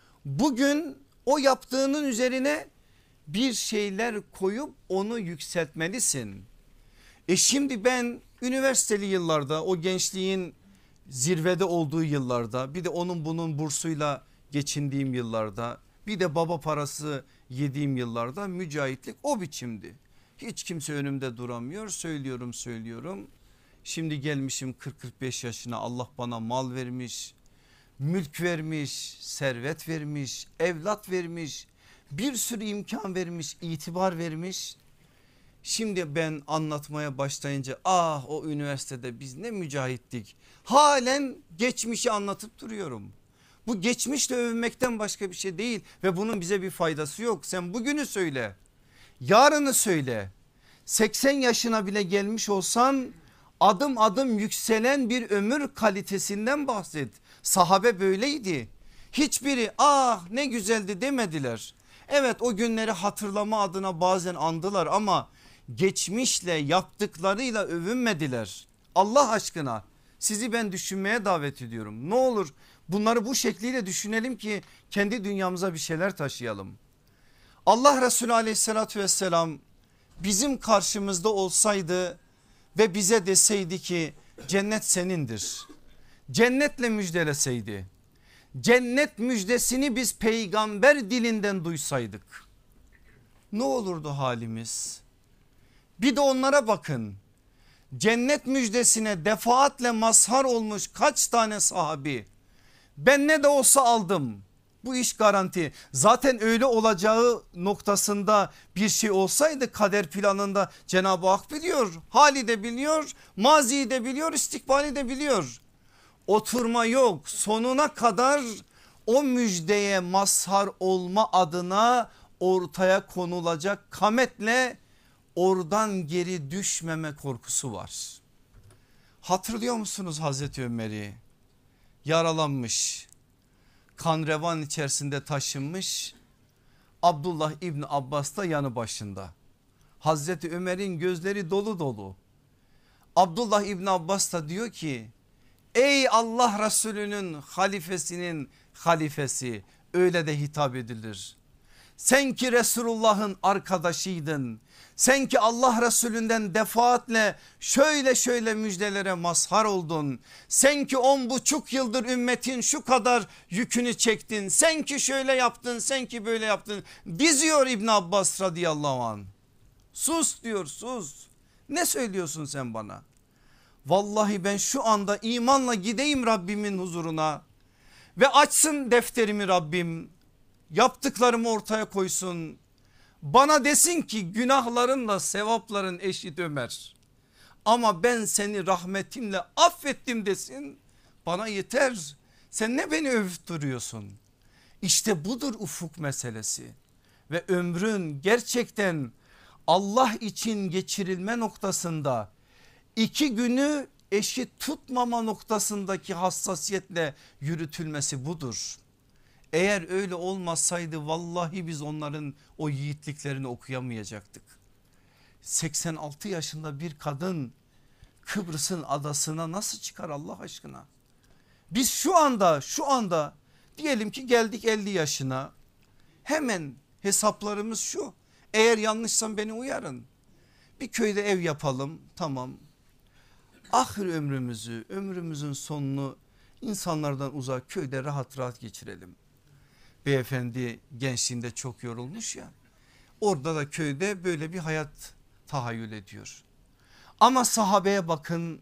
Bugün o yaptığının üzerine bir şeyler koyup onu yükseltmelisin. E şimdi ben üniversiteli yıllarda, o gençliğin zirvede olduğu yıllarda, bir de onun bunun bursuyla geçindiğim yıllarda, bir de baba parası yediğim yıllarda mücahitlik o biçimdi. Hiç kimse önümde duramıyor, söylüyorum söylüyorum. Şimdi gelmişim kırk kırk beş yaşına, Allah bana mal vermiş, mülk vermiş, servet vermiş, evlat vermiş, bir sürü imkan vermiş, itibar vermiş. Şimdi ben anlatmaya başlayınca ah o üniversitede biz ne mücahittik. Halen geçmişi anlatıp duruyorum. Bu geçmişle övünmekten başka bir şey değil ve bunun bize bir faydası yok. Sen bugünü söyle, yarını söyle. seksen yaşına bile gelmiş olsan adım adım yükselen bir ömür kalitesinden bahset. Sahabe böyleydi. Hiçbiri ah ne güzeldi demediler. Evet, o günleri hatırlama adına bazen andılar ama geçmişle yaptıklarıyla övünmediler. Allah aşkına sizi ben düşünmeye davet ediyorum. Ne olur bunları bu şekliyle düşünelim ki kendi dünyamıza bir şeyler taşıyalım. Allah Resulü aleyhissalatü vesselam bizim karşımızda olsaydı ve bize deseydi ki cennet senindir, cennetle müjdeleseydi, cennet müjdesini biz peygamber dilinden duysaydık ne olurdu halimiz? Bir de onlara bakın, cennet müjdesine defaatle mazhar olmuş kaç tane sahabi, ben ne de olsa aldım, bu iş garanti. Zaten öyle olacağı noktasında bir şey olsaydı kader planında Cenab-ı Hak biliyor, hali de biliyor, maziyi de biliyor, istikbali de biliyor. Oturma yok, sonuna kadar o müjdeye mazhar olma adına ortaya konulacak kametle oradan geri düşmeme korkusu var. Hatırlıyor musunuz Hazreti Ömer'i? Yaralanmış, kan revan içerisinde taşınmış, Abdullah İbni Abbas da yanı başında. Hazreti Ömer'in gözleri dolu dolu. Abdullah İbni Abbas da diyor ki ey Allah Resulü'nün halifesinin halifesi, öyle de hitap edilir. Sen ki Resulullah'ın arkadaşıydın. Sen ki Allah Resulünden defaatle şöyle şöyle müjdelere mazhar oldun. Sen ki on buçuk yıldır ümmetin şu kadar yükünü çektin. Sen ki şöyle yaptın, sen ki böyle yaptın. Diziyor İbn Abbas radıyallahu anh. Sus diyor, sus. Ne söylüyorsun sen bana? Vallahi ben şu anda imanla gideyim Rabbimin huzuruna ve açsın defterimi Rabbim. yaptıklarımı ortaya koysun. Bana desin ki günahlarınla sevapların eşit Ömer. Ama ben seni rahmetimle affettim desin. Bana yeter. Sen ne beni övüp duruyorsun? İşte budur ufuk meselesi. Ve ömrün gerçekten Allah için geçirilme noktasında iki günü eşit tutmama noktasındaki hassasiyetle yürütülmesi budur. Eğer öyle olmasaydı vallahi biz onların o yiğitliklerini okuyamayacaktık. seksen altı yaşında bir kadın Kıbrıs'ın adasına nasıl çıkar Allah aşkına? Biz şu anda şu anda diyelim ki geldik elli yaşına, hemen hesaplarımız şu, eğer yanlışsam beni uyarın. Bir köyde ev yapalım, tamam, ahir ömrümüzü, ömrümüzün sonunu insanlardan uzak köyde rahat rahat geçirelim. Beyefendi gençliğinde çok yorulmuş ya, orada da köyde böyle bir hayat tahayyül ediyor. Ama sahabeye bakın,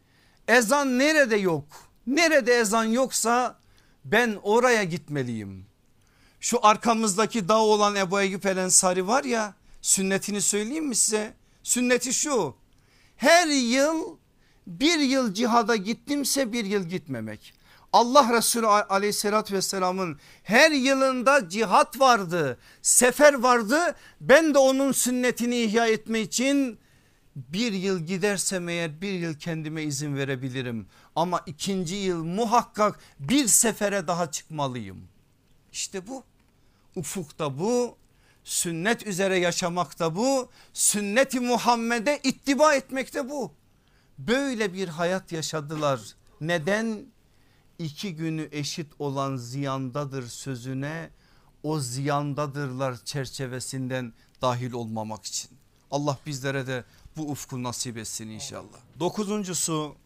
ezan nerede yok, nerede ezan yoksa ben oraya gitmeliyim. Şu arkamızdaki dağ olan Ebu Eyyub el Ensari var ya, sünnetini söyleyeyim mi size? Sünneti şu: her yıl bir yıl cihada gittimse bir yıl gitmemek. Allah Resulü aleyhissalatü vesselamın her yılında cihat vardı, sefer vardı. Ben de onun sünnetini ihya etme için bir yıl gidersem eğer bir yıl kendime izin verebilirim. Ama ikinci yıl muhakkak bir sefere daha çıkmalıyım. İşte bu, ufukta bu, sünnet üzere yaşamakta bu, sünnet-i Muhammed'e ittiba etmekte bu. Böyle bir hayat yaşadılar. Neden? İki günü eşit olan ziyandadır sözüne, o ziyandadırlar çerçevesinden dahil olmamak için. Allah bizlere de bu ufku nasip etsin inşallah. Dokuzuncusu,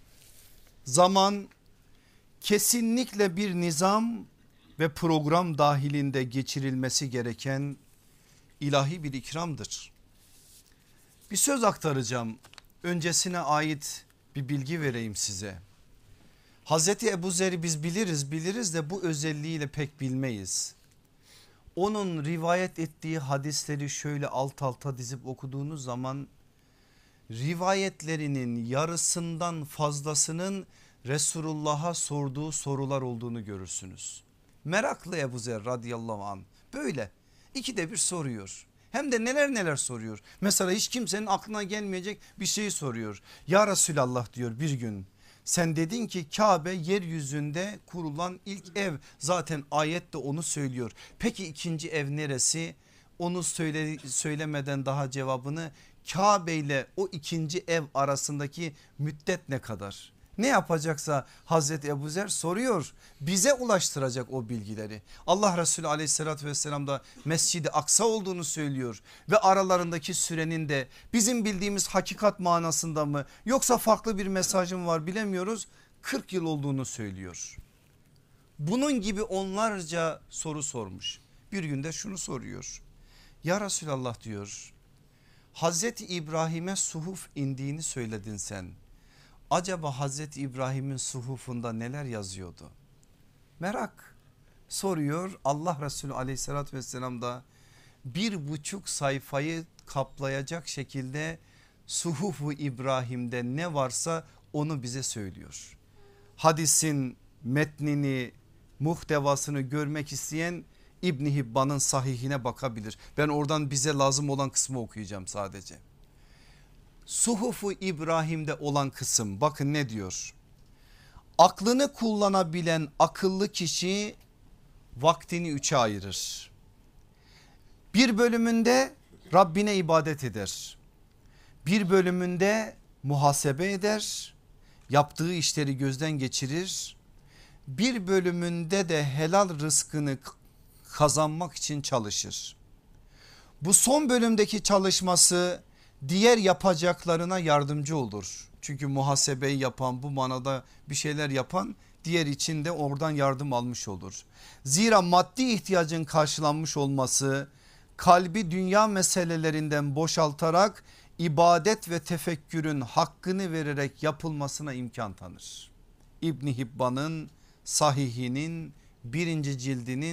zaman kesinlikle bir nizam ve program dahilinde geçirilmesi gereken ilahi bir ikramdır. Bir söz aktaracağım, öncesine ait bir bilgi vereyim size. Hazreti Ebu Zer'i biz biliriz biliriz de bu özelliğiyle pek bilmeyiz. Onun rivayet ettiği hadisleri şöyle alt alta dizip okuduğunuz zaman rivayetlerinin yarısından fazlasının Resulullah'a sorduğu sorular olduğunu görürsünüz. Meraklı Ebu Zer radıyallahu anh böyle ikide bir soruyor. Hem de neler neler soruyor. Mesela hiç kimsenin aklına gelmeyecek bir şeyi soruyor. Ya Resulallah diyor, bir gün sen dedin ki Kabe yeryüzünde kurulan ilk ev, zaten ayet de onu söylüyor. Peki ikinci ev neresi? Onu söyle, söylemeden daha cevabını, Kabe ile o ikinci ev arasındaki müddet ne kadar? Ne yapacaksa Hazreti Ebu Zer soruyor, bize ulaştıracak o bilgileri. Allah Resulü aleyhissalatü vesselam da Mescid-i Aksa olduğunu söylüyor ve aralarındaki sürenin de bizim bildiğimiz hakikat manasında mı yoksa farklı bir mesajım var bilemiyoruz, kırk yıl olduğunu söylüyor. Bunun gibi onlarca soru sormuş. Bir günde şunu soruyor: ya Resulallah diyor, Hazreti İbrahim'e suhuf indiğini söyledin sen. Acaba Hazreti İbrahim'in suhufunda neler yazıyordu? Merak soruyor. Allah Resulü aleyhissalatü vesselam da bir buçuk sayfayı kaplayacak şekilde suhufu İbrahim'de ne varsa onu bize söylüyor. Hadisin metnini, muhtevasını görmek isteyen İbn Hibban'ın sahihine bakabilir. Ben oradan bize lazım olan kısmı okuyacağım sadece. Suhufu İbrahim'de olan kısım, bakın ne diyor: aklını kullanabilen akıllı kişi vaktini üçe ayırır. Bir bölümünde Rabbine ibadet eder. Bir bölümünde muhasebe eder. Yaptığı işleri gözden geçirir. Bir bölümünde de helal rızkını kazanmak için çalışır. Bu son bölümdeki çalışması diğer yapacaklarına yardımcı olur. Çünkü muhasebeyi yapan, bu manada bir şeyler yapan diğer için de oradan yardım almış olur. Zira maddi ihtiyacın karşılanmış olması kalbi dünya meselelerinden boşaltarak ibadet ve tefekkürün hakkını vererek yapılmasına imkan tanır. İbn Hibban'ın sahihinin birinci cildinin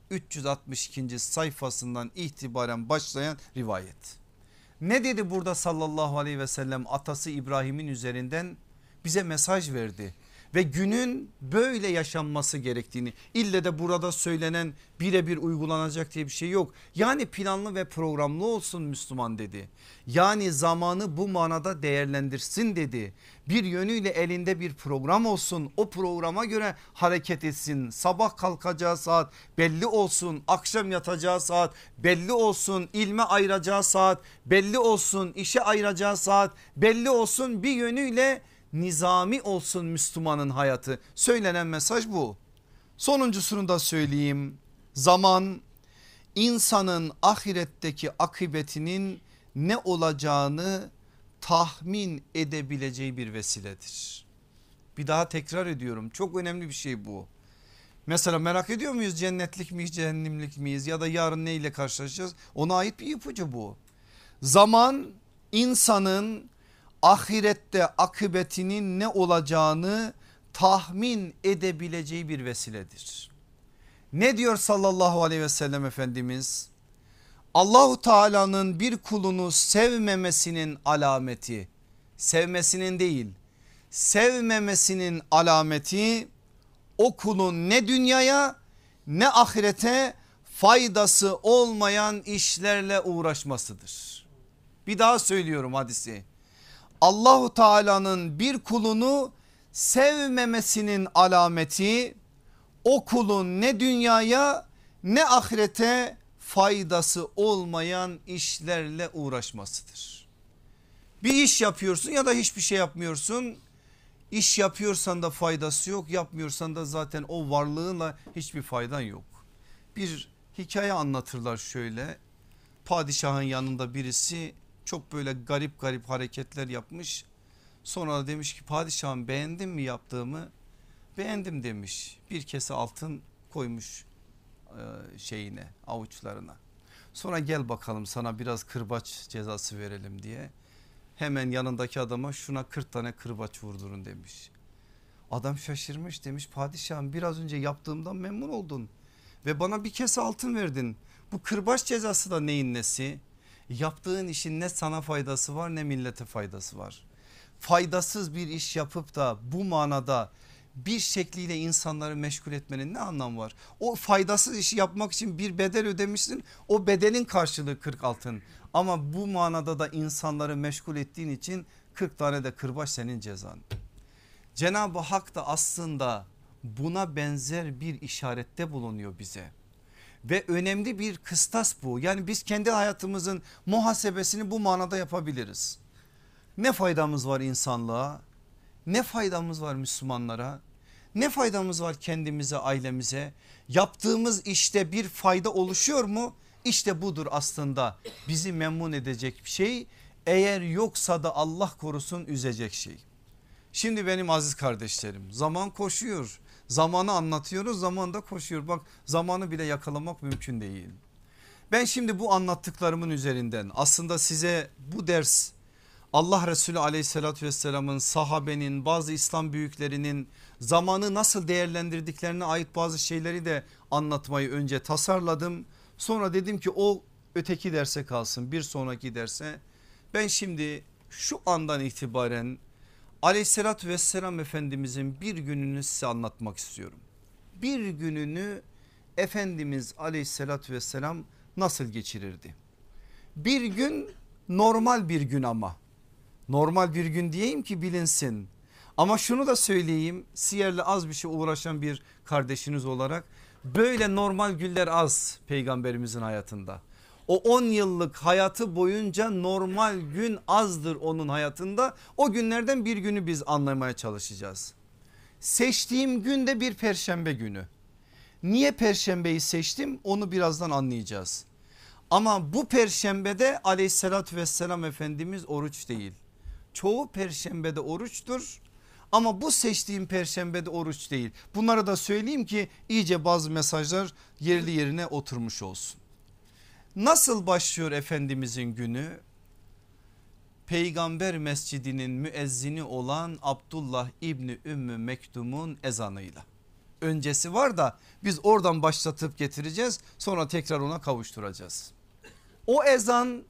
üç yüz altmış ikinci sayfasından itibaren başlayan rivayet. Ne dedi burada sallallahu aleyhi ve sellem? Atası İbrahim'in üzerinden bize mesaj verdi ve günün böyle yaşanması gerektiğini, ille de burada söylenen birebir uygulanacak diye bir şey yok. Yani planlı ve programlı olsun Müslüman dedi. Yani zamanı bu manada değerlendirsin dedi. Bir yönüyle elinde bir program olsun, o programa göre hareket etsin. Sabah kalkacağı saat belli olsun, akşam yatacağı saat belli olsun, ilme ayıracağı saat belli olsun, işe ayıracağı saat belli olsun. Bir yönüyle nizami olsun Müslümanın hayatı. Söylenen mesaj bu. Sonuncusunu da söyleyeyim. Zaman insanın ahiretteki akıbetinin ne olacağını tahmin edebileceği bir vesiledir. Bir daha tekrar ediyorum, çok önemli bir şey bu. Mesela merak ediyor muyuz cennetlik miyiz, cehennemlik miyiz ya da yarın neyle karşılaşacağız? Ona ait bir ipucu bu. Zaman insanın ahirette akıbetinin ne olacağını tahmin edebileceği bir vesiledir. Ne diyor sallallahu aleyhi ve sellem Efendimiz? Allahu Teala'nın bir kulunu sevmemesinin alameti, sevmesinin değil, sevmemesinin alameti o kulun ne dünyaya ne ahirete faydası olmayan işlerle uğraşmasıdır. Bir daha söylüyorum hadisi. Allahu Teala'nın bir kulunu sevmemesinin alameti o kulun ne dünyaya ne ahirete faydası olmayan işlerle uğraşmasıdır. Bir iş yapıyorsun ya da hiçbir şey yapmıyorsun. İş yapıyorsan da faydası yok, yapmıyorsan da zaten o varlığınla hiçbir faydan yok. Bir hikaye anlatırlar şöyle. Padişahın yanında birisi çok böyle garip garip hareketler yapmış. Sonra da demiş ki padişahım beğendin mi yaptığımı? Beğendim demiş. Bir kese altın koymuş şeyine, avuçlarına. Sonra gel bakalım sana biraz kırbaç cezası verelim diye. Hemen yanındaki adama şuna kırk tane kırbaç vurdurun demiş. Adam şaşırmış, demiş padişahım biraz önce yaptığımdan memnun oldun ve bana bir kese altın verdin. Bu kırbaç cezası da neyin nesi? Yaptığın işin ne sana faydası var ne millete faydası var. Faydasız bir iş yapıp da bu manada bir şekliyle insanları meşgul etmenin ne anlamı var? O faydasız işi yapmak için bir bedel ödemişsin, o bedelin karşılığı kırk altın. Ama bu manada da insanları meşgul ettiğin için kırk tane de kırbaç senin cezan. Cenab-ı Hak da aslında buna benzer bir işarette bulunuyor bize. Ve önemli bir kıstas bu. Yani biz kendi hayatımızın muhasebesini bu manada yapabiliriz. Ne faydamız var insanlığa? Ne faydamız var Müslümanlara? Ne faydamız var kendimize, ailemize? Yaptığımız işte bir fayda oluşuyor mu? İşte budur aslında bizi memnun edecek bir şey. Eğer yoksa da Allah korusun üzecek şey. Şimdi benim aziz kardeşlerim, zaman koşuyor. Zamanı anlatıyoruz, zaman da koşuyor. Bak zamanı bile yakalamak mümkün değil. Ben şimdi bu anlattıklarımın üzerinden aslında size bu ders Allah Resulü aleyhissalatü vesselamın, sahabenin, bazı İslam büyüklerinin zamanı nasıl değerlendirdiklerine ait bazı şeyleri de anlatmayı önce tasarladım. Sonra dedim ki o öteki derse kalsın, bir sonraki derse. Ben şimdi şu andan itibaren aleyhissalatü vesselam Efendimizin bir gününü size anlatmak istiyorum. Bir gününü Efendimiz aleyhissalatü vesselam nasıl geçirirdi? Bir gün normal bir gün ama. Normal bir gün diyeyim ki bilinsin. Ama şunu da söyleyeyim, siyerle az bir şey uğraşan bir kardeşiniz olarak böyle normal günler az peygamberimizin hayatında. O on yıllık hayatı boyunca normal gün azdır onun hayatında. O günlerden bir günü biz anlamaya çalışacağız. Seçtiğim gün de bir perşembe günü. Niye perşembeyi seçtim onu birazdan anlayacağız. Ama bu perşembede aleyhissalatü vesselam Efendimiz oruç değil. Çoğu perşembede oruçtur ama bu seçtiğim perşembede oruç değil. Bunları da söyleyeyim ki iyice bazı mesajlar yerli yerine oturmuş olsun. Nasıl başlıyor Efendimizin günü? Peygamber mescidinin müezzini olan Abdullah İbni Ümmü Mektum'un ezanıyla. öncesi var da biz oradan başlatıp getireceğiz, sonra tekrar ona kavuşturacağız. O ezan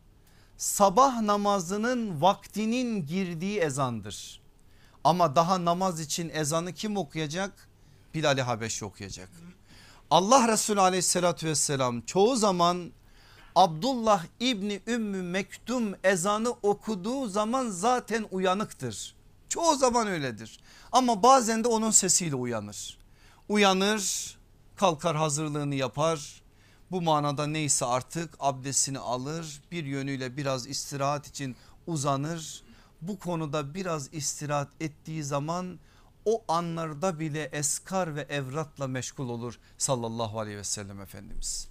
sabah namazının vaktinin girdiği ezandır. Ama daha namaz için ezanı kim okuyacak? Bilal-i Habeşi okuyacak. Allah Resulü aleyhissalatü vesselam çoğu zaman Abdullah İbni Ümmü Mektum ezanı okuduğu zaman zaten uyanıktır. Çoğu zaman öyledir. Ama bazen de onun sesiyle uyanır. Uyanır, kalkar, hazırlığını yapar. Bu manada neyse artık abdestini alır, bir yönüyle biraz istirahat için uzanır. Bu konuda biraz istirahat ettiği zaman o anlarda bile eskar ve evratla meşgul olur sallallahu aleyhi ve sellem Efendimiz.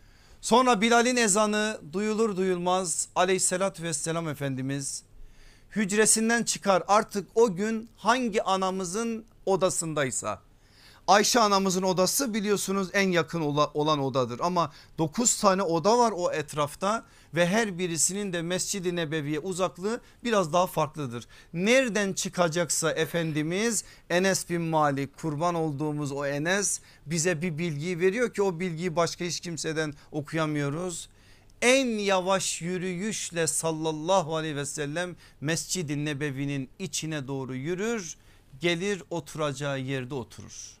Sonra Bilal'in ezanı duyulur duyulmaz aleyhissalatü vesselam Efendimiz hücresinden çıkar, artık o gün hangi anamızın odasındaysa. Ayşe anamızın odası biliyorsunuz en yakın olan odadır ama dokuz tane oda var o etrafta ve her birisinin de Mescid-i Nebevi'ye uzaklığı biraz daha farklıdır. Nereden çıkacaksa Efendimiz, Enes bin Malik, kurban olduğumuz o Enes bize bir bilgi veriyor ki o bilgiyi başka hiç kimseden okuyamıyoruz. En yavaş yürüyüşle sallallahu aleyhi ve sellem Mescid-i Nebevi'nin içine doğru yürür, gelir oturacağı yerde oturur.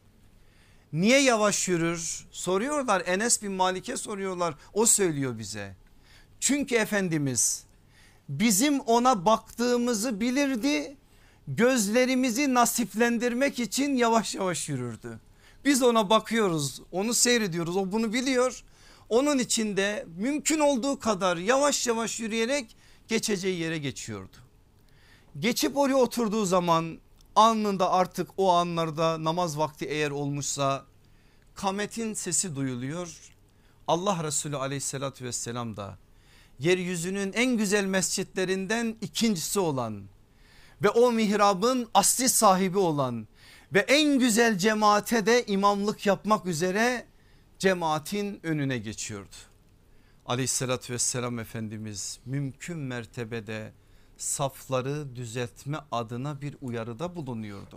Niye yavaş yürür? Soruyorlar, Enes bin Malik'e soruyorlar, o söylüyor bize. Çünkü Efendimiz bizim ona baktığımızı bilirdi, gözlerimizi nasiplendirmek için yavaş yavaş yürürdü. Biz ona bakıyoruz, onu seyrediyoruz, o bunu biliyor. Onun için de mümkün olduğu kadar yavaş yavaş yürüyerek geçeceği yere geçiyordu. Geçip oraya oturduğu zaman anında artık o anlarda namaz vakti eğer olmuşsa kametin sesi duyuluyor. Allah Resulü aleyhissalatü vesselam da yeryüzünün en güzel mescitlerinden ikincisi olan ve o mihrabın asli sahibi olan ve en güzel cemaate de imamlık yapmak üzere cemaatin önüne geçiyordu. Aleyhissalatü vesselam Efendimiz mümkün mertebede safları düzeltme adına bir uyarıda bulunuyordu.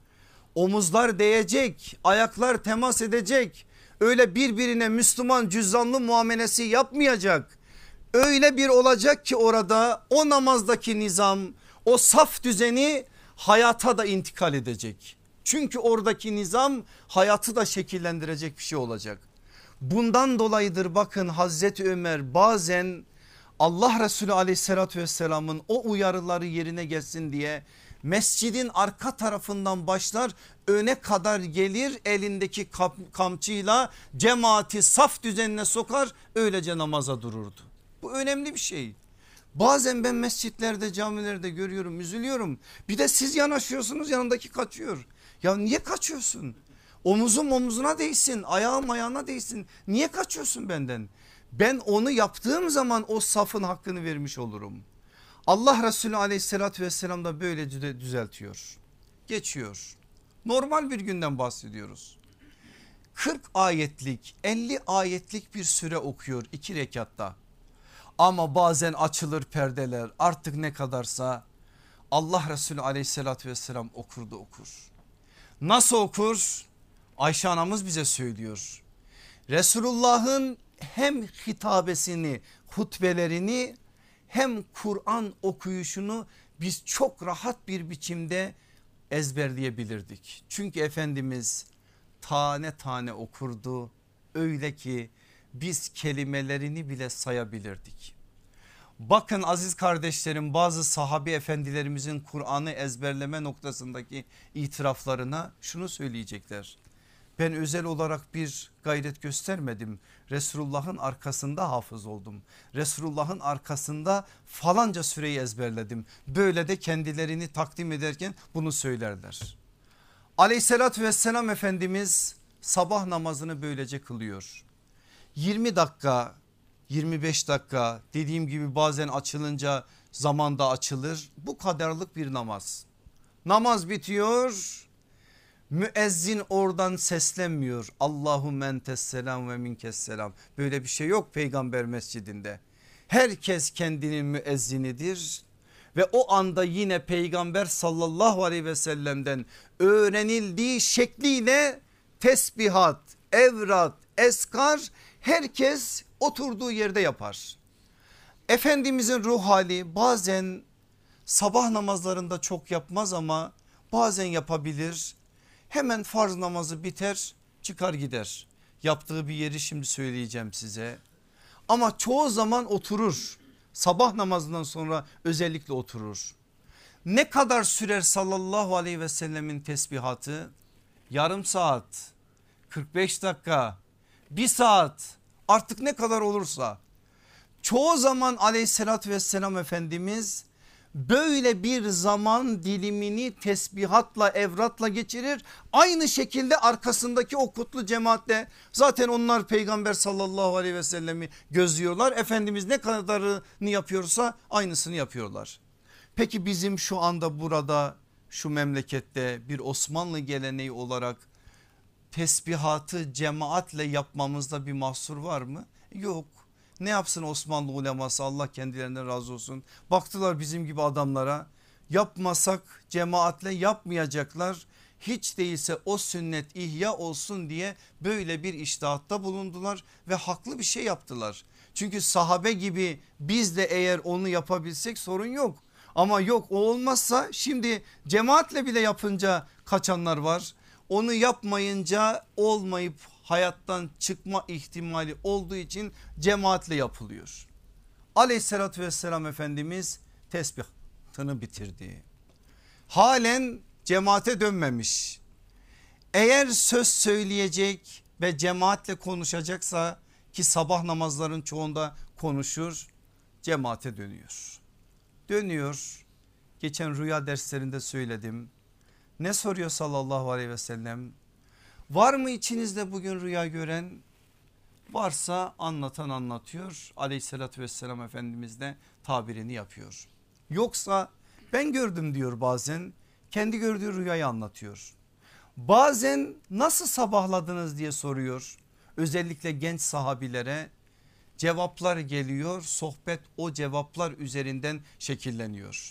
Omuzlar değecek, ayaklar temas edecek, öyle birbirine Müslüman cüzzamlı muamelesi yapmayacak. Öyle bir olacak ki orada o namazdaki nizam, o saf düzeni hayata da intikal edecek. Çünkü oradaki nizam hayatı da şekillendirecek bir şey olacak. Bundan dolayıdır bakın Hazreti Ömer bazen Allah Resulü aleyhissalatü vesselamın o uyarıları yerine gelsin diye mescidin arka tarafından başlar, öne kadar gelir, elindeki kamçıyla cemaati saf düzenine sokar, öylece namaza dururdu. Bu önemli bir şey. Bazen ben mescitlerde, camilerde görüyorum, üzülüyorum. Bir de siz yanaşıyorsunuz, yanındaki kaçıyor. Ya niye kaçıyorsun? Omuzum omuzuna değsin, ayağım ayağına değsin. Niye kaçıyorsun benden? Ben onu yaptığım zaman o safın hakkını vermiş olurum. Allah Resulü aleyhissalatü vesselam da böyle düzeltiyor. Geçiyor. Normal bir günden bahsediyoruz. kırk ayetlik, elli ayetlik bir süre okuyor iki rekatta. Ama bazen açılır perdeler, artık ne kadarsa Allah Resulü aleyhissalatü vesselam okur da okur. Nasıl okur? Ayşe anamız bize söylüyor. Resulullah'ın hem hitabesini, hutbelerini hem Kur'an okuyuşunu biz çok rahat bir biçimde ezberleyebilirdik. Çünkü Efendimiz tane tane okurdu, öyle ki biz kelimelerini bile sayabilirdik. Bakın aziz kardeşlerim, bazı sahabi efendilerimizin Kur'an'ı ezberleme noktasındaki itiraflarına şunu söyleyecekler. Ben özel olarak bir gayret göstermedim. Resulullah'ın arkasında hafız oldum. Resulullah'ın arkasında falanca süreyi ezberledim. Böyle de kendilerini takdim ederken bunu söylerler. Aleyhissalatü vesselam Efendimiz sabah namazını böylece kılıyor. yirmi dakika, yirmi beş dakika, dediğim gibi bazen açılınca zamanda açılır. Bu kadarlık bir namaz. Namaz bitiyor. Müezzin oradan seslenmiyor. Allahümme entesselam ve minkesselam. Böyle bir şey yok peygamber mescidinde. Herkes kendinin müezzinidir. Ve o anda yine peygamber sallallahu aleyhi ve sellem'den öğrenildiği şekliyle tesbihat, evrat, eskar herkes oturduğu yerde yapar. Efendimizin ruh hali bazen sabah namazlarında çok yapmaz ama bazen yapabilir. Hemen farz namazı biter çıkar gider. Yaptığı bir yeri şimdi söyleyeceğim size. Ama çoğu zaman oturur. Sabah namazından sonra özellikle oturur. Ne kadar sürer sallallahu aleyhi ve sellemin tesbihatı? Yarım saat, kırk beş dakika, bir saat, artık ne kadar olursa. Çoğu zaman aleyhissalatü vesselam Efendimiz böyle bir zaman dilimini tesbihatla, evratla geçirir. Aynı şekilde arkasındaki o kutlu cemaatle, zaten onlar peygamber sallallahu aleyhi ve sellemi gözlüyorlar. Efendimiz ne kadarını yapıyorsa aynısını yapıyorlar. Peki bizim şu anda burada şu memlekette bir Osmanlı geleneği olarak tesbihatı cemaatle yapmamızda bir mahsur var mı? Yok. Ne yapsın Osmanlı uleması, Allah kendilerinden razı olsun. Baktılar bizim gibi adamlara, yapmasak cemaatle yapmayacaklar. Hiç değilse o sünnet ihya olsun diye böyle bir içtihatta bulundular ve haklı bir şey yaptılar. Çünkü sahabe gibi biz de eğer onu yapabilsek sorun yok. Ama yok, o olmazsa şimdi cemaatle bile yapınca kaçanlar var. Onu yapmayınca olmayıp hayattan çıkma ihtimali olduğu için cemaatle yapılıyor. Aleyhissalatü vesselam Efendimiz tesbihatını bitirdi. Halen cemaate dönmemiş. Eğer söz söyleyecek ve cemaatle konuşacaksa, ki sabah namazların çoğunda konuşur, cemaate dönüyor. Dönüyor. Geçen rüya derslerinde söyledim. Ne soruyor sallallahu aleyhi ve sellem? Var mı içinizde bugün rüya gören? Varsa anlatan anlatıyor. Aleyhissalatü vesselam Efendimiz de tabirini yapıyor. Yoksa ben gördüm diyor, bazen kendi gördüğü rüyayı anlatıyor. Bazen nasıl sabahladınız diye soruyor. Özellikle genç sahabilere cevaplar geliyor. Sohbet o cevaplar üzerinden şekilleniyor.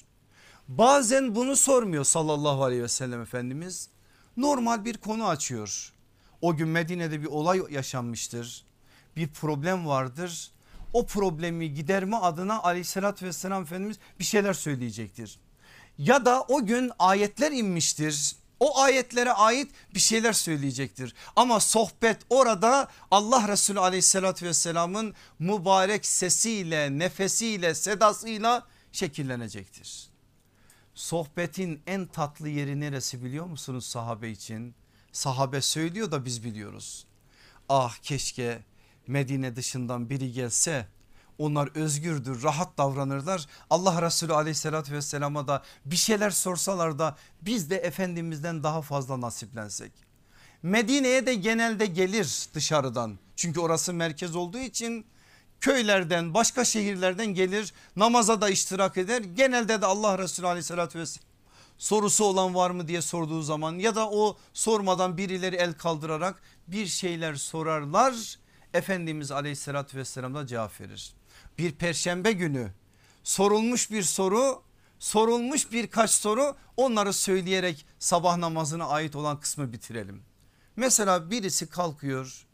Bazen bunu sormuyor sallallahu aleyhi ve sellem Efendimiz. Normal bir konu açıyor. O gün Medine'de bir olay yaşanmıştır. Bir problem vardır. O problemi giderme adına aleyhissalatü vesselam Efendimiz bir şeyler söyleyecektir. Ya da o gün ayetler inmiştir. O ayetlere ait bir şeyler söyleyecektir. Ama sohbet orada Allah Resulü aleyhissalatü vesselamın mübarek sesiyle, nefesiyle, sedasıyla şekillenecektir. Sohbetin en tatlı yeri neresi biliyor musunuz sahabe için? Sahabe söylüyor da biz biliyoruz. Ah keşke Medine dışından biri gelse, onlar özgürdür, rahat davranırlar. Allah Resulü aleyhissalatü vesselama da bir şeyler sorsalar da biz de Efendimiz'den daha fazla nasiplensek. Medine'ye de genelde gelir dışarıdan, çünkü orası merkez olduğu için köylerden, başka şehirlerden gelir, namaza da iştirak eder. Genelde de Allah Resulü aleyhissalatü vesselam sorusu olan var mı diye sorduğu zaman ya da o sormadan birileri el kaldırarak bir şeyler sorarlar. Efendimiz aleyhissalatü vesselam da cevap verir. Bir perşembe günü sorulmuş bir soru, sorulmuş birkaç soru, onları söyleyerek sabah namazına ait olan kısmı bitirelim. Mesela birisi kalkıyor,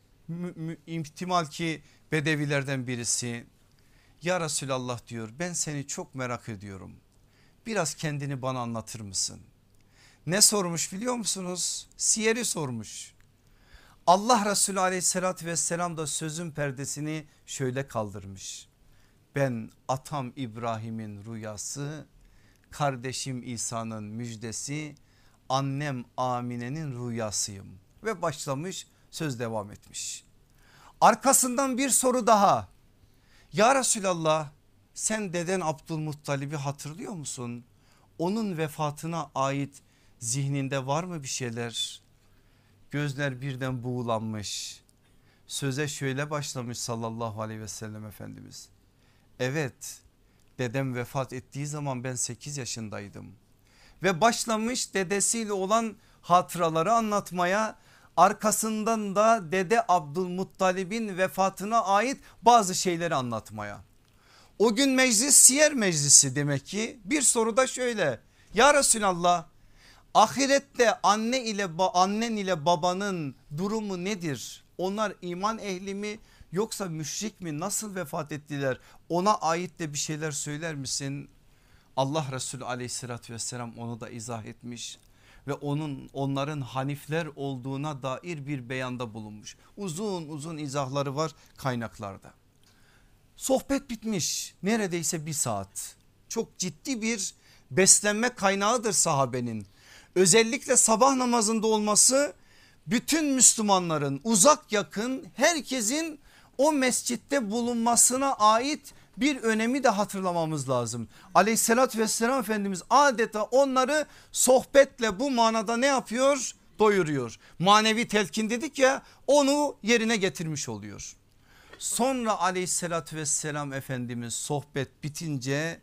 ihtimal ki bedevilerden birisi, ya Resulallah diyor, ben seni çok merak ediyorum, biraz kendini bana anlatır mısın? Ne sormuş biliyor musunuz? Siyeri sormuş. Allah Resulü aleyhissalatü vesselam da sözün perdesini şöyle kaldırmış. Ben atam İbrahim'in rüyası, kardeşim İsa'nın müjdesi, annem Amine'nin rüyasıyım. Ve başlamış, söz devam etmiş. Arkasından bir soru daha. Ya Resulallah, sen deden Abdülmuttalib'i hatırlıyor musun? Onun vefatına ait zihninde var mı bir şeyler? Gözler birden buğulanmış. Söze şöyle başlamış sallallahu aleyhi ve sellem Efendimiz. Evet, dedem vefat ettiği zaman ben sekiz yaşındaydım. Ve başlamış dedesiyle olan hatıraları anlatmaya, arkasından da dede Abdülmuttalib'in vefatına ait bazı şeyleri anlatmaya. O gün meclis siyer meclisi demek ki. Bir soru da şöyle: ya Resulallah, Ahirette anne ile annen ile babanın durumu nedir? Onlar iman ehli mi yoksa müşrik mi? Nasıl vefat ettiler? Ona ait de bir şeyler söyler misin? Allah Resulü aleyhissalatü vesselam onu da izah etmiş ve onun onların hanifler olduğuna dair bir beyanda bulunmuş. Uzun uzun izahları var kaynaklarda. Sohbet bitmiş neredeyse bir saat. Çok ciddi bir beslenme kaynağıdır sahabenin. Özellikle sabah namazında olması bütün Müslümanların uzak yakın herkesin o mescitte bulunmasına ait bir önemi de hatırlamamız lazım. Aleyhissalatü vesselam Efendimiz adeta onları sohbetle bu manada ne yapıyor? Doyuruyor. Manevi telkin dedik ya, onu yerine getirmiş oluyor. Sonra aleyhissalatü vesselam Efendimiz sohbet bitince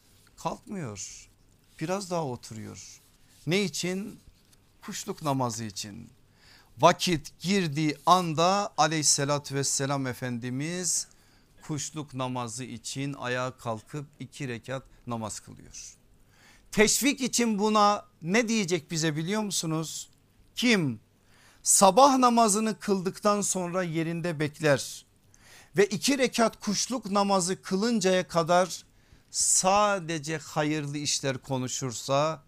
kalkmıyor. Biraz daha oturuyor. Ne için? Kuşluk namazı için. Vakit girdiği anda aleyhissalatü vesselam Efendimiz kuşluk namazı için ayağa kalkıp iki rekat namaz kılıyor. Teşvik için buna ne diyecek bize biliyor musunuz? Kim sabah namazını kıldıktan sonra yerinde bekler ve iki rekat kuşluk namazı kılıncaya kadar sadece hayırlı işler konuşursa,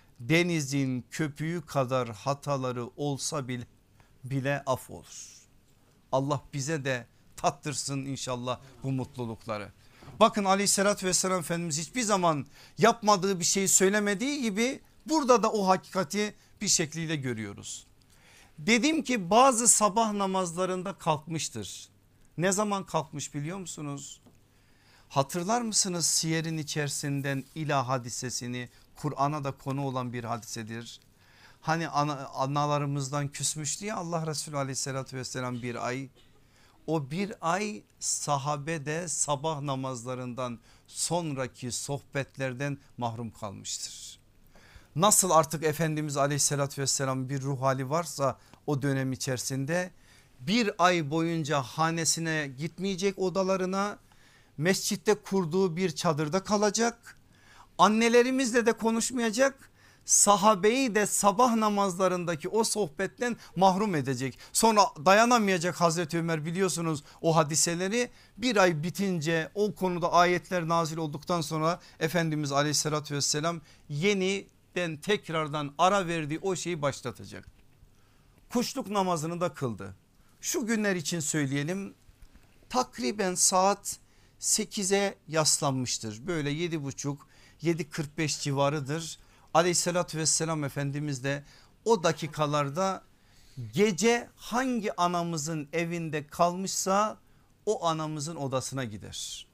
denizin köpüğü kadar hataları olsa bile, bile af olur. Allah bize de tattırsın inşallah bu mutlulukları. Bakın aleyhissalatü vesselam Efendimiz hiçbir zaman yapmadığı bir şeyi söylemediği gibi burada da o hakikati bir şekliyle görüyoruz. Dedim ki bazı sabah namazlarında kalkmıştır. Ne zaman kalkmış biliyor musunuz? Hatırlar mısınız siyerin içerisinden İlah hadisesini? Kur'an'a da konu olan bir hadisedir. Hani ana, analarımızdan küsmüştü ya Allah Resulü aleyhissalatü vesselam bir ay. O bir ay sahabe de sabah namazlarından sonraki sohbetlerden mahrum kalmıştır. Nasıl artık Efendimiz aleyhissalatü vesselam bir ruh hali varsa o dönem içerisinde bir ay boyunca hanesine gitmeyecek, odalarına, mescitte kurduğu bir çadırda kalacak. Annelerimizle de konuşmayacak. Sahabeyi de sabah namazlarındaki o sohbetten mahrum edecek. Sonra dayanamayacak Hazreti Ömer, biliyorsunuz o hadiseleri. Bir ay bitince o konuda ayetler nazil olduktan sonra Efendimiz aleyhissalatü vesselam yeniden tekrardan ara verdiği o şeyi başlatacak. Kuşluk namazını da kıldı. Şu günler için söyleyelim, takriben saat sekize yaslanmıştır. Böyle yedi buçuk yedi kırk beş civarıdır. Aleyhissalatü vesselam Efendimiz de o dakikalarda gece hangi anamızın evinde kalmışsa o anamızın odasına gider.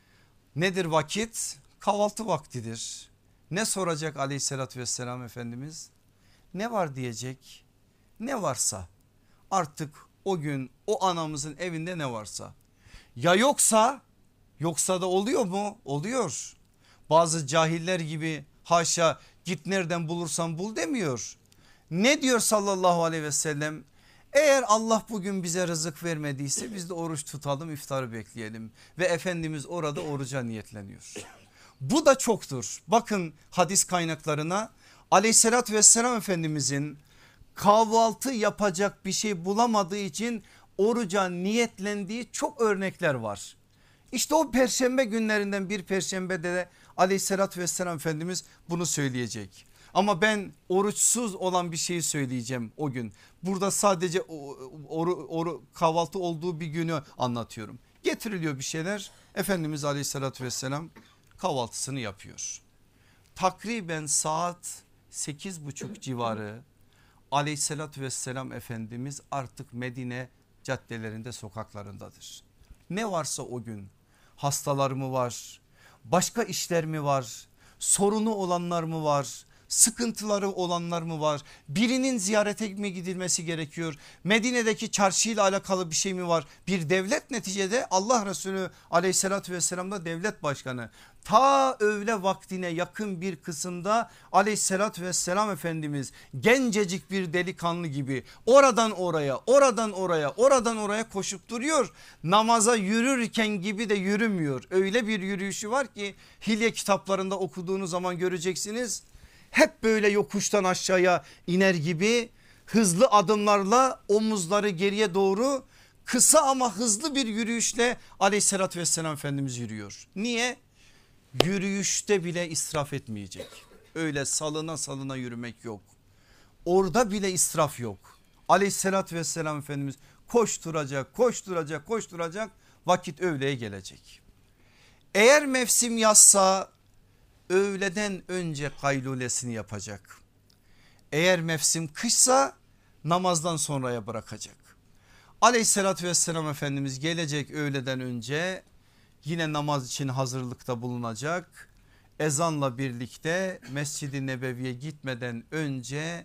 Nedir vakit? Kahvaltı vaktidir. Ne soracak aleyhissalatü vesselam Efendimiz? Ne var diyecek? Ne varsa artık o gün o anamızın evinde ne varsa. Ya yoksa, yoksa da oluyor mu? Oluyor. Bazı cahiller gibi haşa git nereden bulursan bul demiyor. Ne diyor sallallahu aleyhi ve sellem? Eğer Allah bugün bize rızık vermediyse biz de oruç tutalım, iftarı bekleyelim. Ve Efendimiz orada oruca niyetleniyor. Bu da çoktur. Bakın hadis kaynaklarına, aleyhissalatü vesselam Efendimizin kahvaltı yapacak bir şey bulamadığı için oruca niyetlendiği çok örnekler var. İşte o perşembe günlerinden bir perşembede de aleyhissalatü vesselam Efendimiz bunu söyleyecek. Ama ben oruçsuz olan bir şeyi söyleyeceğim o gün. Burada sadece oru, oru, kahvaltı olduğu bir günü anlatıyorum. Getiriliyor bir şeyler, Efendimiz aleyhissalatü vesselam kahvaltısını yapıyor. Takriben saat sekiz buçuk civarı aleyhissalatü vesselam Efendimiz artık Medine caddelerinde, sokaklarındadır. Ne varsa o gün, hastalar mı var, başka işler mi var, sorunu olanlar mı var, sıkıntıları olanlar mı var, birinin ziyarete mi gidilmesi gerekiyor, Medine'deki çarşıyla alakalı bir şey mi var? Bir devlet, neticede Allah Resulü aleyhissalatü vesselam da devlet başkanı. Ta öğle vaktine yakın bir kısımda aleyhissalatü vesselam Efendimiz gencecik bir delikanlı gibi oradan oraya, oradan oraya, oradan oraya koşup duruyor. Namaza yürürken gibi de yürümüyor. Öyle bir yürüyüşü var ki hilye kitaplarında okuduğunuz zaman göreceksiniz. hep böyle yokuştan aşağıya iner gibi hızlı adımlarla omuzları geriye doğru kısa ama hızlı bir yürüyüşle aleyhissalatü vesselam Efendimiz yürüyor. Niye? Yürüyüşte bile israf etmeyecek. Öyle salına salına yürümek yok. Orada bile israf yok. Aleyhissalatü vesselam Efendimiz koşturacak, koşturacak, koşturacak, vakit öğleye gelecek. Eğer mevsim yazsa öğleden önce kaylulesini yapacak. Eğer mevsim kışsa namazdan sonraya bırakacak. Aleyhissalatü vesselam Efendimiz gelecek öğleden önce, yine namaz için hazırlıkta bulunacak. Ezanla birlikte Mescid-i Nebevi'ye gitmeden önce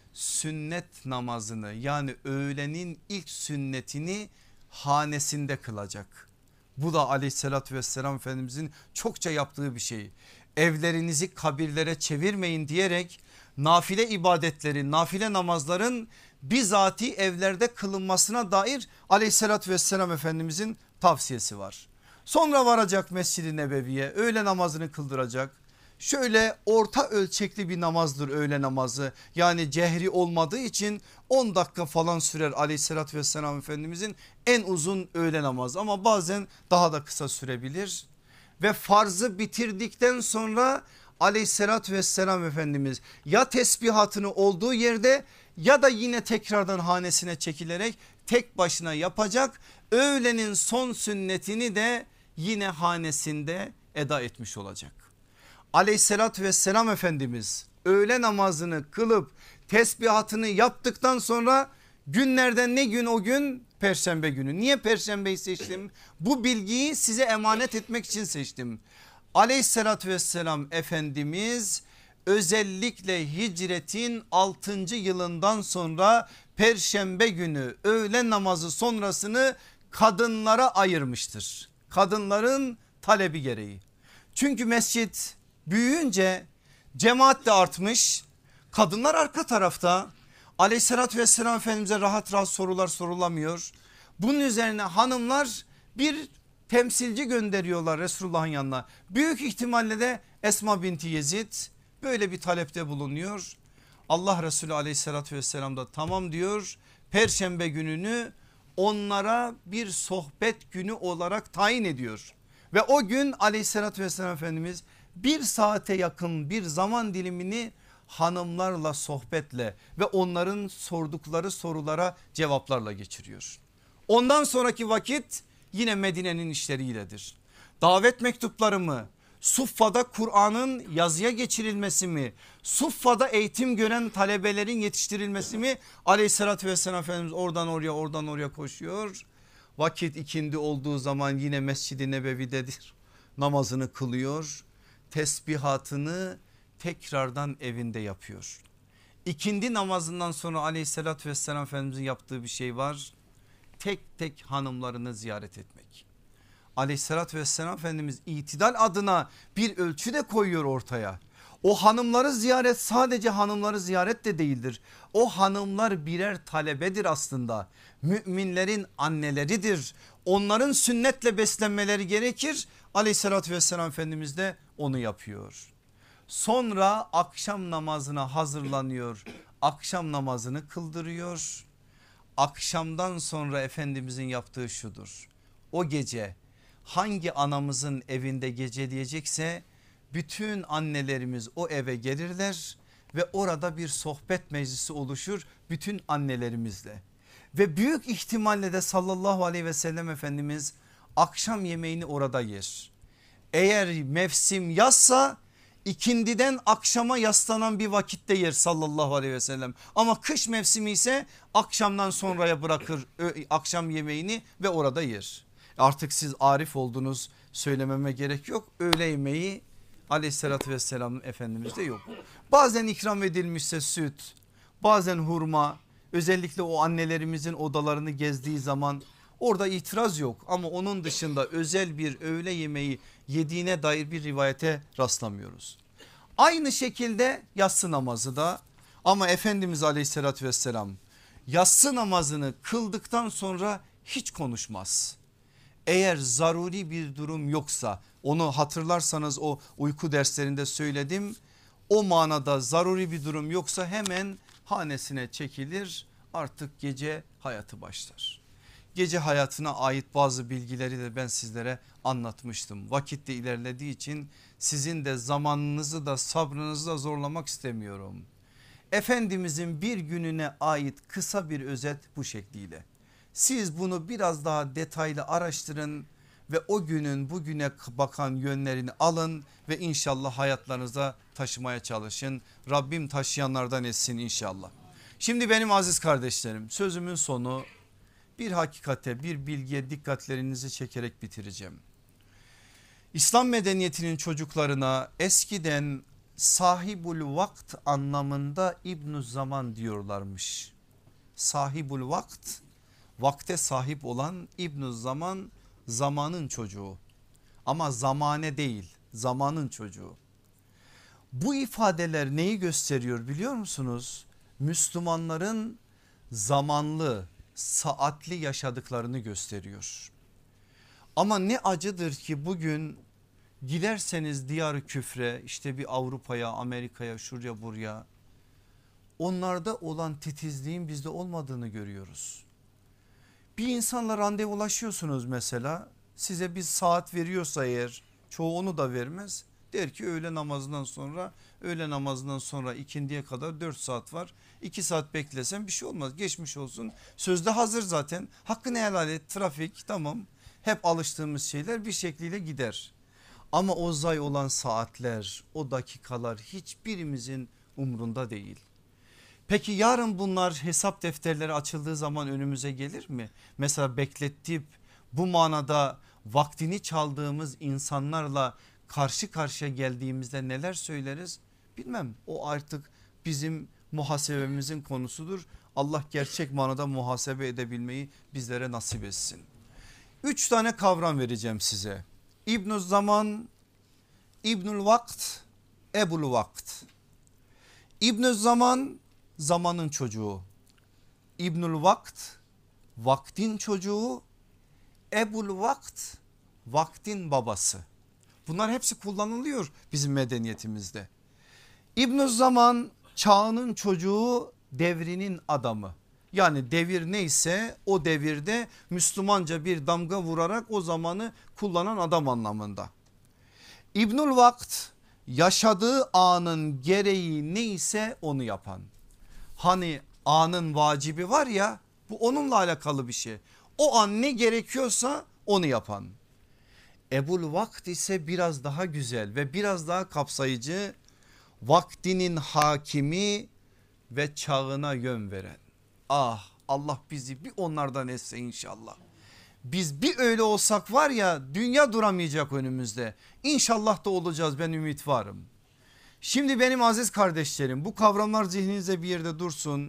sünnet namazını, yani öğlenin ilk sünnetini hanesinde kılacak. Bu da aleyhissalatü vesselam Efendimizin çokça yaptığı bir şey. Evlerinizi kabirlere çevirmeyin diyerek nafile ibadetlerin, nafile namazların bizatihi evlerde kılınmasına dair aleyhissalatü vesselam Efendimizin tavsiyesi var. Sonra varacak Mescid-i Nebevi'ye, öğle namazını kıldıracak. Şöyle orta ölçekli bir namazdır öğle namazı, yani cehri olmadığı için on dakika falan sürer aleyhissalatü vesselam Efendimizin en uzun öğle namazı, ama bazen daha da kısa sürebilir. Ve farzı bitirdikten sonra aleyhissalatü vesselam Efendimiz ya tesbihatını olduğu yerde ya da yine tekrardan hanesine çekilerek tek başına yapacak. Öğlenin son sünnetini de yine hanesinde eda etmiş olacak. Aleyhissalatü vesselam Efendimiz öğle namazını kılıp tesbihatını yaptıktan sonra günlerden ne gün o gün? Perşembe günü. Niye Perşembeyi seçtim? Bu bilgiyi size emanet etmek için seçtim. Aleyhissalatü vesselam Efendimiz özellikle hicretin altıncı yılından sonra Perşembe günü öğle namazı sonrasını kadınlara ayırmıştır. Kadınların talebi gereği. Çünkü mescit büyüyünce cemaat de artmış. Kadınlar arka tarafta. Aleyhissalatü vesselam Efendimiz'e rahat rahat sorular sorulamıyor. Bunun üzerine hanımlar bir temsilci gönderiyorlar Resulullah'ın yanına. Büyük ihtimalle de Esma binti Yezid böyle bir talepte bulunuyor. Allah Resulü aleyhissalatü vesselam da tamam diyor. Perşembe gününü onlara bir sohbet günü olarak tayin ediyor. Ve o gün aleyhissalatü vesselam Efendimiz bir saate yakın bir zaman dilimini hanımlarla sohbetle ve onların sordukları sorulara cevaplarla geçiriyor. Ondan sonraki vakit yine Medine'nin işleriyledir. Davet mektupları mı? Suffa'da Kur'an'ın yazıya geçirilmesi mi? Suffa'da eğitim gören talebelerin yetiştirilmesi mi? Aleyhissalatü vesselam Efendimiz oradan oraya oradan oraya koşuyor. Vakit ikindi olduğu zaman yine Mescid-i Nebevi'dedir. Namazını kılıyor. Tesbihatını tekrardan evinde yapıyor. İkindi namazından sonra aleyhissalatü vesselam Efendimizin yaptığı bir şey var. Tek tek hanımlarını ziyaret etmek. Aleyhissalatü vesselam Efendimiz itidal adına bir ölçü de koyuyor ortaya. O hanımları ziyaret sadece hanımları ziyaret de değildir. O hanımlar birer talebedir aslında. Müminlerin anneleridir. Onların sünnetle beslenmeleri gerekir. Aleyhissalatü vesselam Efendimiz de onu yapıyor. Sonra akşam namazına hazırlanıyor. Akşam namazını kıldırıyor. Akşamdan sonra Efendimizin yaptığı şudur. O gece hangi anamızın evinde gece diyecekse bütün annelerimiz o eve gelirler ve orada bir sohbet meclisi oluşur bütün annelerimizle. Ve büyük ihtimalle de sallallahu aleyhi ve sellem Efendimiz akşam yemeğini orada yer. Eğer mevsim yazsa ikindiden akşama yaslanan bir vakitte yer sallallahu aleyhi ve sellem. Ama kış mevsimi ise akşamdan sonraya bırakır akşam yemeğini ve orada yer. Artık siz arif oldunuz, söylememe gerek yok. Öğle yemeği aleyhissalatü vesselam Efendimiz'de yok. Bazen ikram edilmişse süt, bazen hurma, özellikle o annelerimizin odalarını gezdiği zaman orada itiraz yok. Ama onun dışında özel bir öğle yemeği yediğine dair bir rivayete rastlamıyoruz. Aynı şekilde yatsı namazı da, ama Efendimiz aleyhissalatü vesselam yatsı namazını kıldıktan sonra hiç konuşmaz. Eğer zaruri bir durum yoksa, onu hatırlarsanız o uyku derslerinde söyledim. O manada zaruri bir durum yoksa hemen hanesine çekilir, artık gece hayatı başlar. Gece hayatına ait bazı bilgileri de ben sizlere anlatmıştım. Vakit de ilerlediği için sizin de zamanınızı da sabrınızı da zorlamak istemiyorum. Efendimizin bir gününe ait kısa bir özet bu şekliyle. Siz bunu biraz daha detaylı araştırın ve o günün bugüne bakan yönlerini alın ve inşallah hayatlarınıza taşımaya çalışın. Rabbim taşıyanlardan etsin inşallah. Şimdi benim aziz kardeşlerim, sözümün sonu bir hakikate, bir bilgiye dikkatlerinizi çekerek bitireceğim. İslam medeniyetinin çocuklarına eskiden sahibul vakt anlamında İbnü Zaman diyorlarmış. Sahibul vakt, vakte sahip olan, İbnü Zaman zamanın çocuğu, ama zamane değil, zamanın çocuğu. Bu ifadeler neyi gösteriyor biliyor musunuz? Müslümanların zamanlı, saatli yaşadıklarını gösteriyor. Ama ne acıdır ki bugün giderseniz diyar küfre, işte bir Avrupa'ya, Amerika'ya, şuraya buraya, onlarda olan titizliğin bizde olmadığını görüyoruz. Bir insanla randevulaşıyorsunuz mesela, size bir saat veriyorsa eğer, çoğu onu da vermez. Der ki öğle namazından sonra, öğle namazından sonra ikindiye kadar dört saat var. iki saat beklesen bir şey olmaz, geçmiş olsun. Sözde hazır zaten, hakkını helal et, trafik, tamam. Hep alıştığımız şeyler bir şekliyle gider. Ama o zayi olan saatler, o dakikalar hiçbirimizin umrunda değil. Peki yarın bunlar hesap defterleri açıldığı zaman önümüze gelir mi? Mesela bekletip bu manada vaktini çaldığımız insanlarla karşı karşıya geldiğimizde neler söyleriz? Bilmem, o artık bizim muhasebemizin konusudur. Allah gerçek manada muhasebe edebilmeyi bizlere nasip etsin. Üç tane kavram vereceğim size. İbnü Zaman, İbnül Vakt, Ebul Vakt. İbnü Zaman zamanın çocuğu, İbnül Vakt vaktin çocuğu, Ebul Vakt vaktin babası. Bunlar hepsi kullanılıyor bizim medeniyetimizde. İbnü Zaman çağının çocuğu, devrinin adamı. Yani devir neyse o devirde Müslümanca bir damga vurarak o zamanı kullanan adam anlamında. İbnül Vakt yaşadığı anın gereği neyse onu yapan. Hani anın vacibi var ya, bu onunla alakalı bir şey. O an ne gerekiyorsa onu yapan. Ebul Vakt ise biraz daha güzel ve biraz daha kapsayıcı, vaktinin hakimi ve çağına yön veren. Ah, Allah bizi bir onlardan etse inşallah. Biz bir öyle olsak var ya, dünya duramayacak önümüzde. İnşallah da olacağız, ben ümit varım. Şimdi benim aziz kardeşlerim, bu kavramlar zihninizde bir yerde dursun.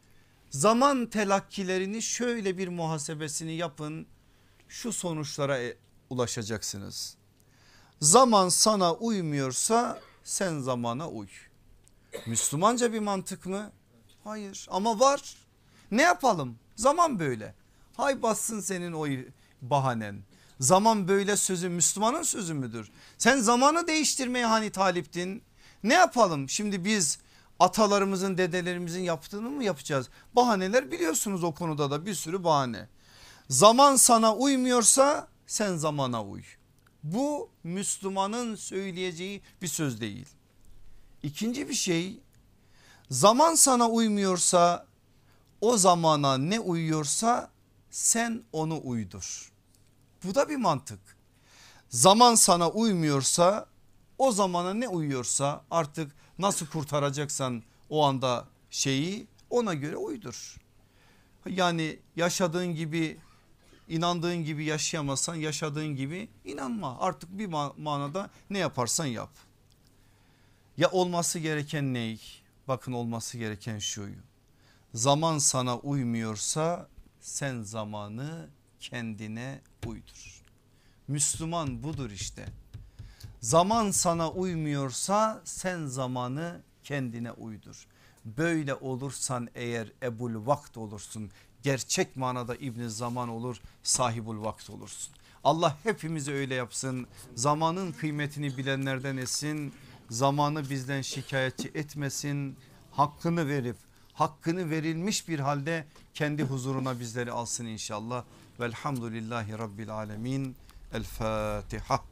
Zaman telakkilerini şöyle bir muhasebesini yapın. Şu sonuçlara ulaşacaksınız. Zaman sana uymuyorsa sen zamana uy. Müslümanca bir mantık mı? Hayır, ama var. Ne yapalım? Zaman böyle. Hay bassın senin o bahanen. Zaman böyle sözü Müslümanın sözü müdür? Sen zamanı değiştirmeye hani taliptin? Ne yapalım? Şimdi biz atalarımızın, dedelerimizin yaptığını mı yapacağız? Bahaneler biliyorsunuz, o konuda da bir sürü bahane. Zaman sana uymuyorsa sen zamana uy. Bu Müslümanın söyleyeceği bir söz değil. İkinci bir şey, zaman sana uymuyorsa o zamana ne uyuyorsa sen onu uydur. Bu da bir mantık. Zaman sana uymuyorsa o zamana ne uyuyorsa artık nasıl kurtaracaksan o anda şeyi, ona göre uydur. Yani yaşadığın gibi, inandığın gibi yaşayamazsan yaşadığın gibi inanma. Artık bir manada ne yaparsan yap. Ya olması gereken ney? Bakın, olması gereken şu: zaman sana uymuyorsa sen zamanı kendine uydur. Müslüman budur işte. Zaman sana uymuyorsa sen zamanı kendine uydur. Böyle olursan eğer Ebul Vakt olursun. Gerçek manada İbn Zaman olur, sahibul vakt olursun. Allah hepimizi öyle yapsın. Zamanın kıymetini bilenlerden etsin. zamanı bizden şikayetçi etmesin. Hakkını verip hakkını verilmiş bir halde kendi huzuruna bizleri alsın inşallah. Velhamdülillahi Rabbil alemin. El Fatiha.